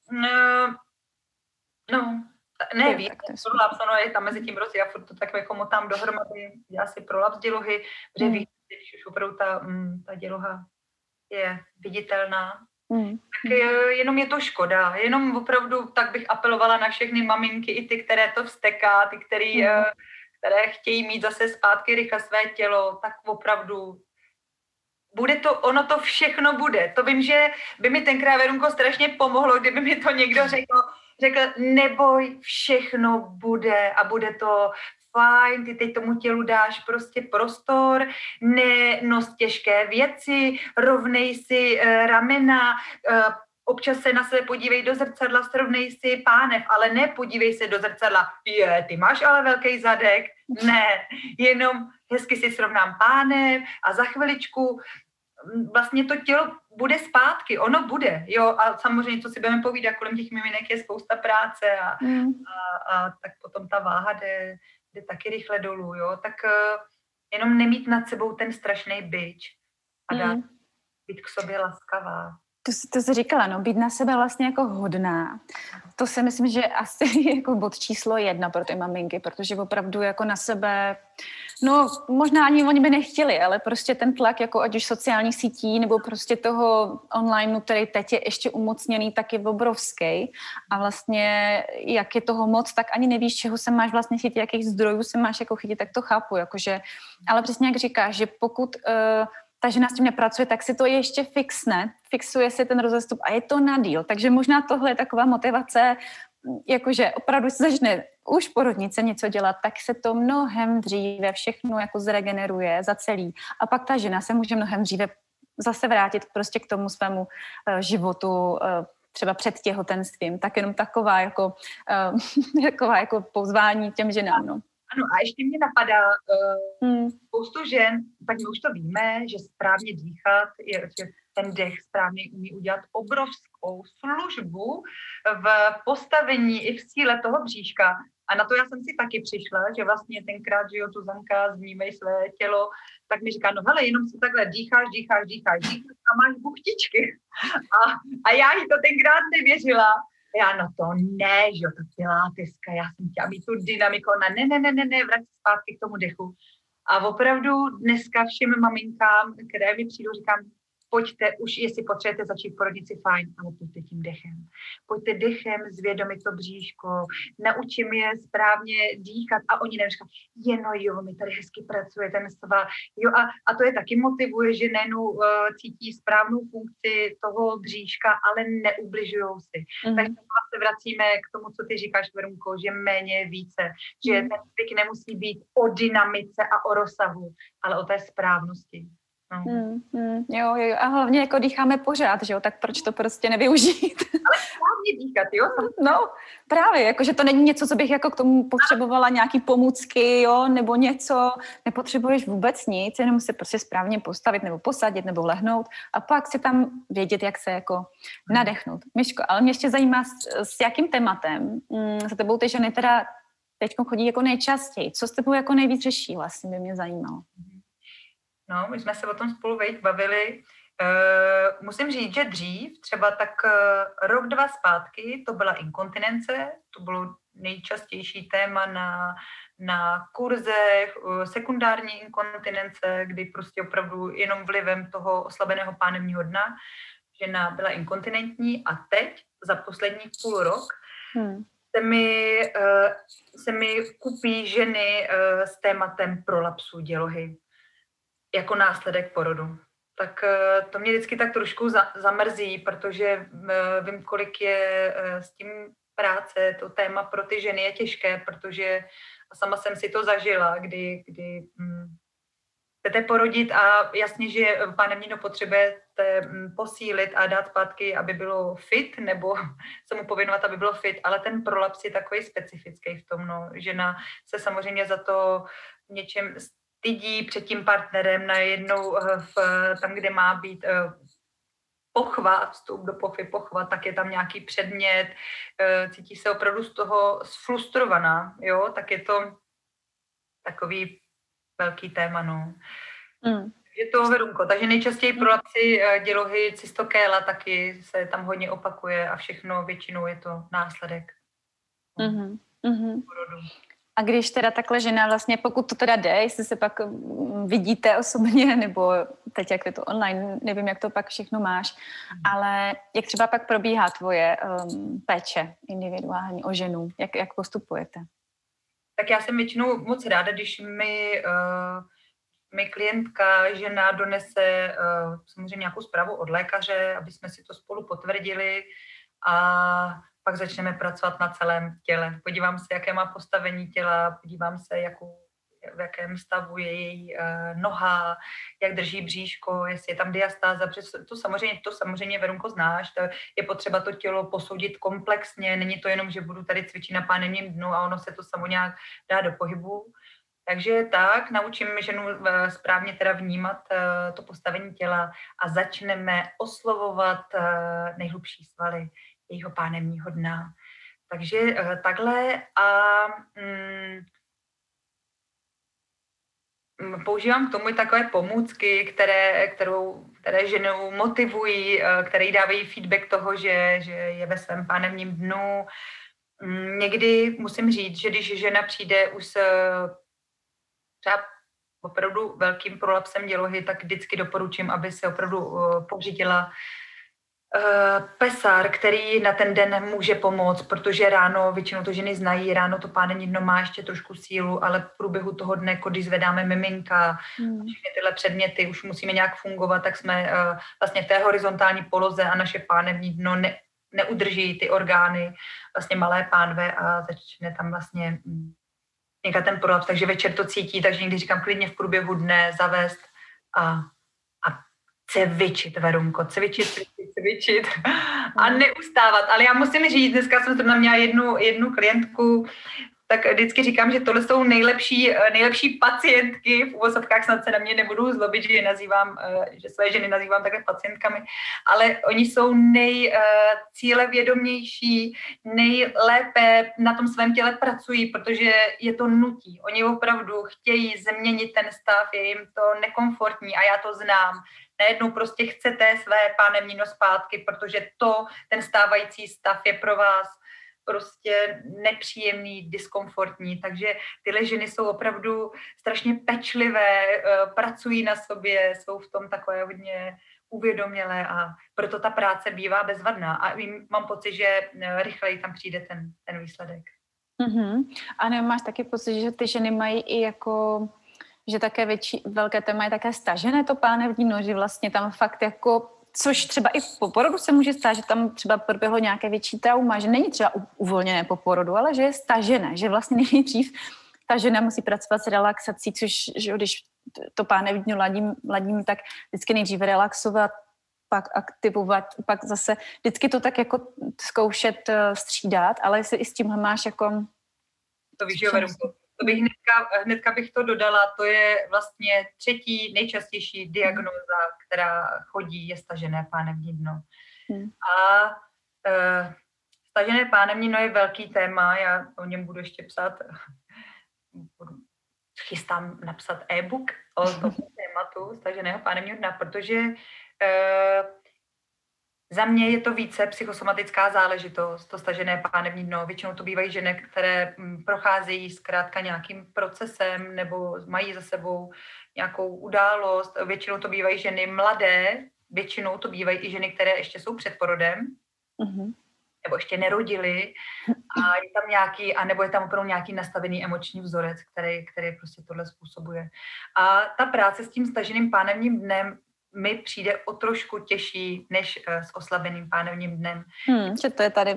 Speaker 2: no, ne, výřez, prolaps, ono je tam mezi tím rozdíl, já furt to tak jako motám dohromady, dělá si prolaps dělohy, protože mm. víš, když už opravdu ta, ta děloha je viditelná, Mm. tak jenom je to škoda. Jenom opravdu tak bych apelovala na všechny maminky, i ty, které to vzteká, ty, který, mm. které chtějí mít zase zpátky rychle své tělo, tak opravdu bude to, ono to všechno bude. To vím, že by mi tenkrát, Věrunko, strašně pomohlo, kdyby mi to někdo řekl, řekl, neboj, všechno bude a bude to fajn, ty teď tomu tělu dáš prostě prostor, nenos těžké věci, rovnej si uh, ramena, uh, občas se na sebe podívej do zrcadla, srovnej si pánev, ale ne podívej se do zrcadla, je, ty máš ale velký zadek, ne, jenom hezky si srovnám pánev a za chviličku vlastně to tělo bude zpátky, ono bude, jo, a samozřejmě, co si budeme povídat, kolem těch miminek je spousta práce a, mm. a, a tak potom ta váha jde, jde taky rychle dolů, jo, tak uh, jenom nemít nad sebou ten strašný bič a dát mm. být k sobě laskavá.
Speaker 1: To, jsi- to jsi říkala, no, být na sebe vlastně jako hodná. To si myslím, že asi je jako bod číslo jedna pro ty maminky, protože opravdu jako na sebe, no možná ani oni by nechtěli, ale prostě ten tlak jako ať už sociálních sítí nebo prostě toho online, který teď je ještě umocněný, tak je obrovský. A vlastně jak je toho moc, tak ani nevíš, čeho se máš vlastně chytit, jakých zdrojů se máš jako chytit, tak to chápu, jakože, ale přesně jak říkáš, že pokud uh, ta žena s tím nepracuje, tak si to ještě fixne, fixuje si ten rozestup a je to na díl. Takže možná tohle je taková motivace, jakože opravdu se začne už porodnice něco dělat, tak se to mnohem dříve všechno jako zregeneruje, zacelí. A pak ta žena se může mnohem dříve zase vrátit prostě k tomu svému uh, životu, uh, třeba před těhotenstvím. Tak jenom taková jako, uh, taková jako pozvání těm ženám, no.
Speaker 2: Ano, a ještě mě napadá, uh,
Speaker 1: Hmm.
Speaker 2: spoustu žen, tak my už to víme, že správně dýchat, je, že ten dech správně umí udělat obrovskou službu v postavení i v síle toho bříška. A na to já jsem si taky přišla, že vlastně tenkrát, že jo, Zuzanka, vnímej své tělo, tak mi říká, no hele, jenom si takhle dýcháš, dýcháš, dýcháš, dýcháš a máš buchtičky. A, a já jí to tenkrát nevěřila. Já, no to ne, že jo, ta pilateska, já jsem chtěla mít tu dynamiku, ona ne, ne, ne, ne, ne, vrať zpátky k tomu dechu. A opravdu dneska všem maminkám, které mi přijdou, říkám, pojďte, už jestli potřebujete začít porodnici, fajn, ale pojďte tím dechem. Pojďte dechem zvědomit to bříško, naučím je správně dýchat a oni neříkají, je no jo, mi tady hezky pracuje ten sval. Jo, a, a to je taky motivuje, že nejenom uh, cítí správnou funkci toho bříška, ale neubližujou si. Mm. Takže se vracíme k tomu, co ty říkáš, Verunko, že méně je více, že mm. ten cvik nemusí být o dynamice a o rozsahu, ale o té správnosti. No.
Speaker 1: Hmm, hmm, jo, jo, a hlavně jako dýcháme pořád, že jo, tak proč to prostě nevyužít?
Speaker 2: Ale správně dýchat, jo?
Speaker 1: No, právě, jakože to není něco, co bych jako k tomu potřebovala nějaký pomůcky, jo, nebo něco, nepotřebuješ vůbec nic, jenom se prostě správně postavit, nebo posadit, nebo lehnout a pak si tam vědět, jak se jako nadechnout. Myško, ale mě ještě zajímá, s, s jakým tématem mm, za tebou ty ženy teda teď chodí jako nejčastěji, co s tebou jako nejvíc řeší, vlastně by mě zajímalo.
Speaker 2: No, my jsme se o tom spolu vejď bavili. Uh, musím říct, že dřív, třeba tak uh, rok, dva zpátky, to byla inkontinence, to bylo nejčastější téma na, na kurzech, uh, sekundární inkontinence, kdy prostě opravdu jenom vlivem toho oslabeného pánevního dna žena byla inkontinentní a teď za poslední půl rok hmm. se, mi, uh, se mi kupí ženy uh, s tématem prolapsu dělohy jako následek porodu. Tak to mě vždycky tak trošku za, zamrzí, protože vím, kolik je s tím práce, to téma pro ty ženy je těžké, protože sama jsem si to zažila, kdy, kdy hm, chcete porodit a jasně, že pánevní dno potřebujete hm, posílit a dát zpátky, aby bylo fit, nebo se mu pověnovat, aby bylo fit, ale ten prolaps je takový specifický v tom, no. Žena se samozřejmě za to něčem stydí před tím partnerem najednou v, tam, kde má být pochva, vstup do pochvy, pochva, tak je tam nějaký předmět, cítí se opravdu z toho sfrustrovaná, jo, tak je to takový velký téma, no. Mm. Je to, Verunko, takže nejčastěji prolapsy dělohy, cystokéla taky se tam hodně opakuje a všechno většinou je to následek
Speaker 1: mm-hmm. porodu. A když teda takhle žena vlastně, pokud to teda jde, jestli se pak vidíte osobně, nebo teď jak je to online, nevím, jak to pak všechno máš, mm. ale jak třeba pak probíhá tvoje um, péče individuální o ženu, jak, jak postupujete?
Speaker 2: Tak já jsem většinou moc ráda, když mi, uh, mi klientka, žena donese uh, samozřejmě nějakou zprávu od lékaře, aby jsme si to spolu potvrdili a pak začneme pracovat na celém těle. Podívám se, jaké má postavení těla, podívám se, jakou, v jakém stavu je její uh, noha, jak drží bříško, jestli je tam diastáza. To samozřejmě, to samozřejmě, Verunko, znáš, to je potřeba to tělo posoudit komplexně, není to jenom, že budu tady cvičit na pánevním dnu a ono se to samo nějak dá do pohybu. Takže tak, naučím ženu uh, správně teda vnímat uh, to postavení těla a začneme oslovovat uh, nejhlubší svaly jejího pánevního dna. Takže uh, takhle a mm, používám k tomu i takové pomůcky, které, kterou, které ženu motivují, které jí dávají feedback toho, že, že je ve svém pánevním dnu. Někdy musím říct, že když žena přijde už s třeba opravdu velkým prolapsem dělohy, tak vždycky doporučím, aby se opravdu pořídila pesar, který na ten den může pomoct, protože ráno, většinou to ženy znají, ráno to pánevní dno má ještě trošku sílu, ale v průběhu toho dne, jako když zvedáme miminka, hmm. všechny tyhle předměty už musíme nějak fungovat, tak jsme uh, vlastně v té horizontální poloze a naše pánevní dno ne, neudrží ty orgány, vlastně malé pánve a začne tam vlastně někde ten prolaps, takže večer to cítí, takže někdy říkám klidně v průběhu dne zavést a cvičit, Verunko, cvičit, cvičit, cvičit a neustávat. Ale já musím říct, dneska jsem zrovna měla jednu, jednu klientku, tak vždycky říkám, že tohle jsou nejlepší, nejlepší pacientky, v uvozovkách snad se na mě nebudou zlobit, že je nazývám, že své ženy nazývám takhle pacientkami, ale oni jsou nejcílevědomější, nejlépe na tom svém těle pracují, protože je to nutí. Oni opravdu chtějí změnit ten stav, je jim to nekomfortní a já to znám. Najednou prostě chcete své pánevní dno zpátky, protože to, ten stávající stav je pro vás prostě nepříjemný, diskomfortní, takže tyhle ženy jsou opravdu strašně pečlivé, pracují na sobě, jsou v tom takové hodně uvědomělé a proto ta práce bývá bezvadná a mám pocit, že rychleji tam přijde ten, ten výsledek.
Speaker 1: Mm-hmm. A nemáš taky pocit, že ty ženy mají i jako, že také větší, velké téma je také stažené to pánevní dno, že vlastně tam fakt jako, což třeba i po porodu se může stát, že tam třeba proběhlo nějaké větší trauma, že není třeba uvolněné po porodu, ale že je stažené, že vlastně nejdřív ta žena musí pracovat s relaxací, což že když to pánevní dno ladím, ladím, tak vždycky nejdřív relaxovat, pak aktivovat, pak zase vždycky to tak jako zkoušet střídat, ale jestli i s tímhle máš jako...
Speaker 2: To víš, jo, Verunko. To bych hnedka, hnedka bych to dodala, to je vlastně třetí nejčastější diagnóza, která chodí, je stažené pánevní dno. Hmm. A e, stažené pánevní dno je velký téma, já o něm budu ještě psát, budu, chystám napsat e-book o tom tématu staženého pánevního dna, protože e, za mě je to více psychosomatická záležitost, to stažené pánevní dno. Většinou to bývají ženy, které procházejí zkrátka nějakým procesem nebo mají za sebou nějakou událost. Většinou to bývají ženy mladé, většinou to bývají i ženy, které ještě jsou před porodem, mm-hmm. nebo ještě nerodily a je tam nějaký, a nebo je tam opravdu nějaký nastavený emoční vzorec, který, který prostě tohle způsobuje. A ta práce s tím staženým pánevním dnem mi přijde o trošku těžší, než uh, s oslabeným pánevním dnem.
Speaker 1: Hmm, že to je tady.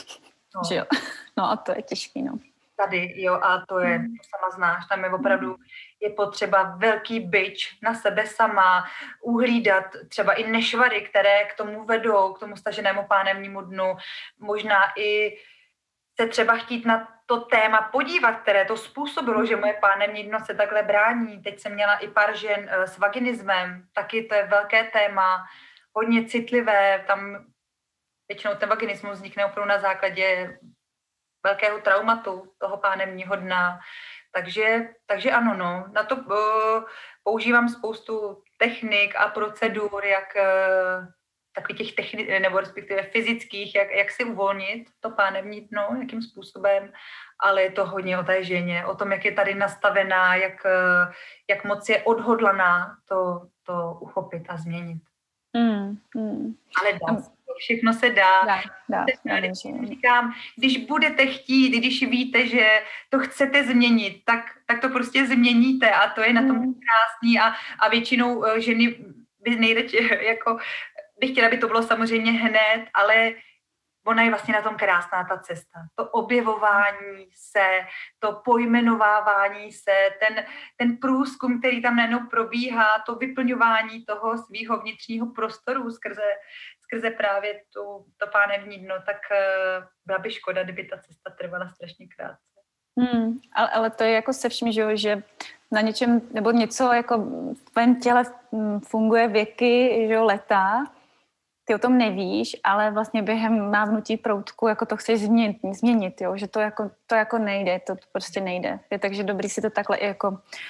Speaker 1: No. Že jo. No a to je těžký, no.
Speaker 2: Tady, jo, a to je, hmm. to sama znáš, tam je opravdu, je potřeba velký bič na sebe sama, uhlídat třeba i nešvary, které k tomu vedou, k tomu staženému pánevnímu dnu, možná i se třeba chtít na to téma podívat, které to způsobilo, že moje pánevní dno se takhle brání. Teď jsem měla i pár žen s vaginismem, taky to je velké téma, hodně citlivé, tam většinou ten vaginismus vznikne opravdu na základě velkého traumatu toho pánevního dna. Takže, takže ano, no, na to uh, používám spoustu technik a procedur, jak uh, takových těch technik, nebo respektive fyzických, jak, jak si uvolnit to pánevní dno, jakým způsobem, ale je to hodně o té ženě, o tom, jak je tady nastavená, jak, jak moc je odhodlaná to, to uchopit a změnit. Mm, mm. Ale dá se to, všechno se dá. dá, dá, dá když, říkám, když budete chtít, když víte, že to chcete změnit, tak, tak to prostě změníte a to je na tom mm. krásný a, a většinou ženy by nejradši jako bych chtěla, aby to bylo samozřejmě hned, ale ona je vlastně na tom krásná ta cesta. To objevování se, to pojmenovávání se, ten, ten průzkum, který tam najednou probíhá, to vyplňování toho svého vnitřního prostoru skrze, skrze právě tu, to pánevní dno, tak uh, byla by škoda, kdyby ta cesta trvala strašně krátce.
Speaker 1: Hmm, ale, ale to je jako se vším, že, že na něčem, nebo něco jako v tvém těle funguje věky, že leta, ty o tom nevíš, ale vlastně během mávnutí proutku jako to chceš změnit, změnit jo? Že to jako, to jako nejde, to, to prostě nejde. Je takže dobrý si to takhle i jako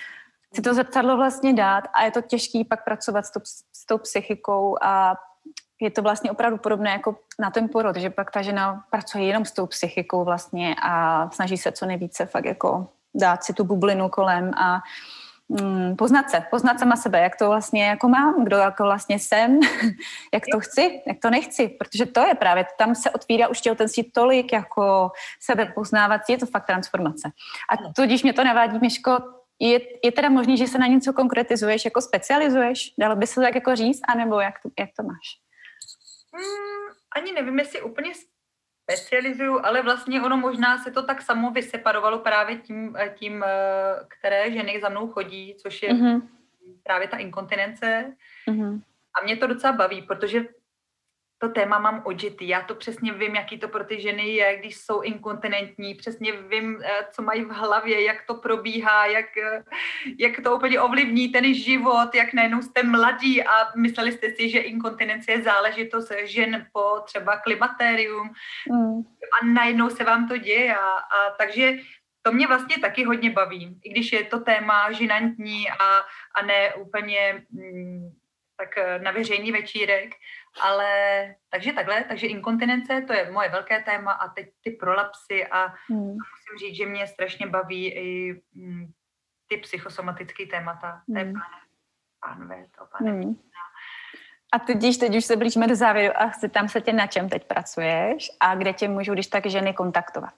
Speaker 1: si to zrcadlo vlastně dát a je to těžký pak pracovat s tou, s tou psychikou a je to vlastně opravdu podobné jako na ten porod, že pak ta žena pracuje jenom s tou psychikou vlastně a snaží se co nejvíce fakt jako dát si tu bublinu kolem a mm, poznat se, poznat sama sebe, jak to vlastně jako mám, kdo jako vlastně jsem, jak to chci, jak to nechci, protože to je právě, tam se otvírá už těhotenství tolik jako sebepoznávací, je to fakt transformace. A tudíž mě to navádí, Miško, je, je teda možný, že se na něco konkretizuješ, jako specializuješ? Dalo by se to tak jako říct, anebo jak to, jak to máš?
Speaker 2: Hmm, ani nevím, jestli úplně specializuju, ale vlastně ono možná se to tak samo vyseparovalo právě tím, tím které ženy za mnou chodí, což je mm-hmm. právě ta inkontinence. Mm-hmm. A mě to docela baví, protože to téma mám odžitý. Já to přesně vím, jaký to pro ty ženy je, když jsou inkontinentní. Přesně vím, co mají v hlavě, jak to probíhá, jak, jak to úplně ovlivní ten život, jak najednou jste mladí a mysleli jste si, že inkontinence je záležitost žen po třeba klimakterium mm. a najednou se vám to děje. A, a takže to mě vlastně taky hodně baví, i když je to téma žinantní a, a ne úplně mm, tak na veřejný večírek. Ale takže takhle, takže inkontinence, to je moje velké téma a teď ty prolapsy a hmm. musím říct, že mě strašně baví i mm, ty psychosomatické témata. Hmm. To je pánové, to pánové. Hmm.
Speaker 1: A tudíž teď už se blížíme do závěru a chci tam se tě, na čem teď pracuješ a kde tě můžou když tak ženy kontaktovat?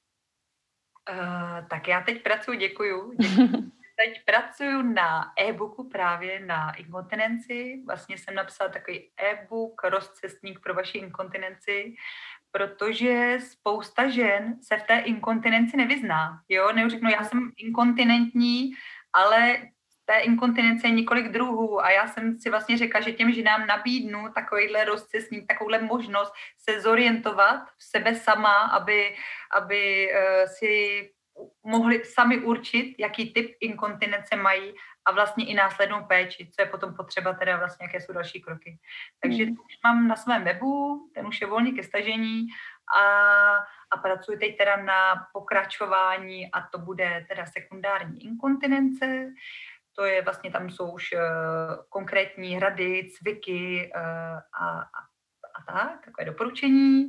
Speaker 2: Uh, tak já teď pracuji, děkuju. děkuju. Teď pracuji na e-booku právě na inkontinenci. Vlastně jsem napsala takový e-book, rozcestník pro vaši inkontinenci, protože spousta žen se v té inkontinenci nevyzná. Jo, neřeknu, já jsem inkontinentní, ale té inkontinence je několik druhů a já jsem si vlastně řekla, že těm ženám nabídnu takovýhle rozcestník, takovouhle možnost se zorientovat v sebe sama, aby, aby uh, si mohli sami určit, jaký typ inkontinence mají a vlastně i následnou péči, co je potom potřeba, teda vlastně jaké jsou další kroky. Takže mm. už mám na svém webu, ten už je volný ke stažení a, a pracuji teď teda na pokračování a to bude teda sekundární inkontinence. To je vlastně, tam jsou už uh, konkrétní rady, cviky uh, a, a, a tak, takové doporučení.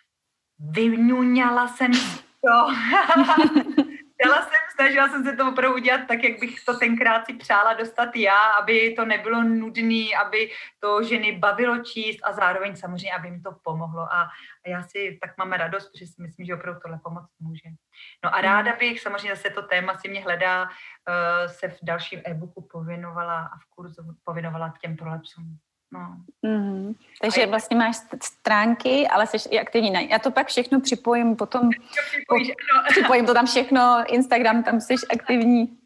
Speaker 2: Vyňuňala jsem to. Chtěla jsem, snažila jsem se to opravdu udělat tak, jak bych to tenkrát si přála dostat já, aby to nebylo nudný, aby to ženy bavilo číst a zároveň samozřejmě, aby jim to pomohlo. A, a já si tak mám radost, protože si myslím, že opravdu tohle pomoct může. No a ráda bych, samozřejmě zase to téma si mě hledá, uh, se v dalším e-booku pověnovala a v kurzu pověnovala k těm prolapsům. No.
Speaker 1: Mm-hmm. Takže je... vlastně máš stránky, ale jsi i aktivní. Na... Já to pak všechno připojím potom.
Speaker 2: Připojíš,
Speaker 1: po... Připojím to tam všechno, Instagram, tam jsi aktivní.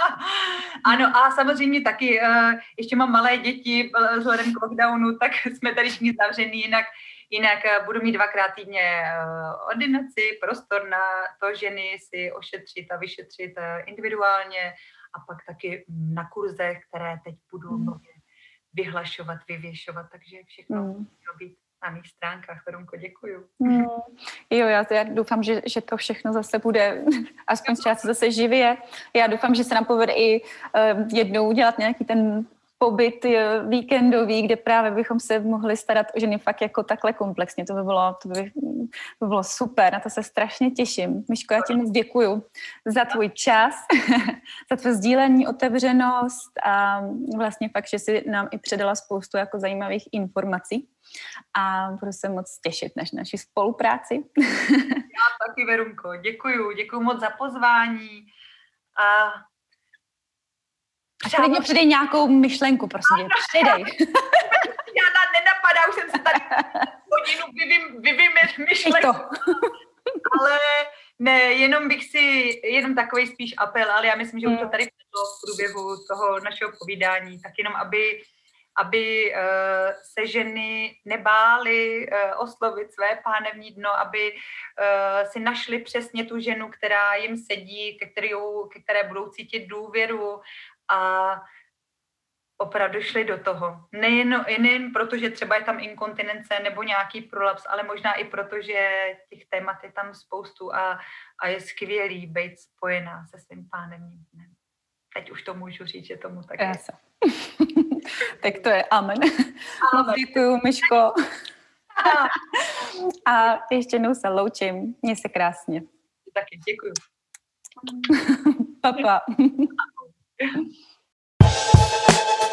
Speaker 2: Ano a samozřejmě taky, ještě mám malé děti vzhledem k lockdownu, tak jsme tady všichni zavřený, jinak, jinak budu mít dvakrát týdně ordinaci, prostor na to ženy si ošetřit a vyšetřit individuálně a pak taky na kurzech, které teď budu mm. vyhlašovat, vyvěšovat, takže všechno mm. mělo být na mých stránkách. Verunko, děkuju.
Speaker 1: Mm. Jo, já, já doufám, že, že to všechno zase bude aspoň část zase živě. Já doufám, že se nám povede i uh, jednou udělat nějaký ten pobyt uh, víkendový, kde právě bychom se mohli starat o ženy fakt jako takhle komplexně. To by bylo, to by, to by bylo super, na to se strašně těším. Miško, já ti moc děkuju za tvůj čas, za tvé sdílení, otevřenost a vlastně fakt, že jsi nám i předala spoustu jako zajímavých informací. A budu se moc těšit na naši spolupráci.
Speaker 2: Já taky, Verunko, děkuju, děkuju moc za pozvání. A,
Speaker 1: a klidně přidej nějakou myšlenku, prosím tě, přidej.
Speaker 2: Já nenapadá, už jsem se tady hodinu vyvím, vyvím myšlenku. Ale ne, jenom bych si, jenom takový spíš apel, ale já myslím, že už to tady bylo v průběhu toho našeho povídání, tak jenom aby aby uh, se ženy nebály uh, oslovit své pánevní dno, aby uh, si našli přesně tu ženu, která jim sedí, ke, kterou, ke které budou cítit důvěru a opravdu šli do toho. Nejen, nejen proto, že třeba je tam inkontinence nebo nějaký prolaps, ale možná i proto, že těch témat je tam spoustu a, a je skvělý být spojená se svým pánevním dnem. teď už to můžu říct, že tomu tak
Speaker 1: je. Tak to je amen. Moc děkuju, Myško. A ještě jednou se loučím. Měj se krásně.
Speaker 2: Taky děkuju.
Speaker 1: Pa, pa.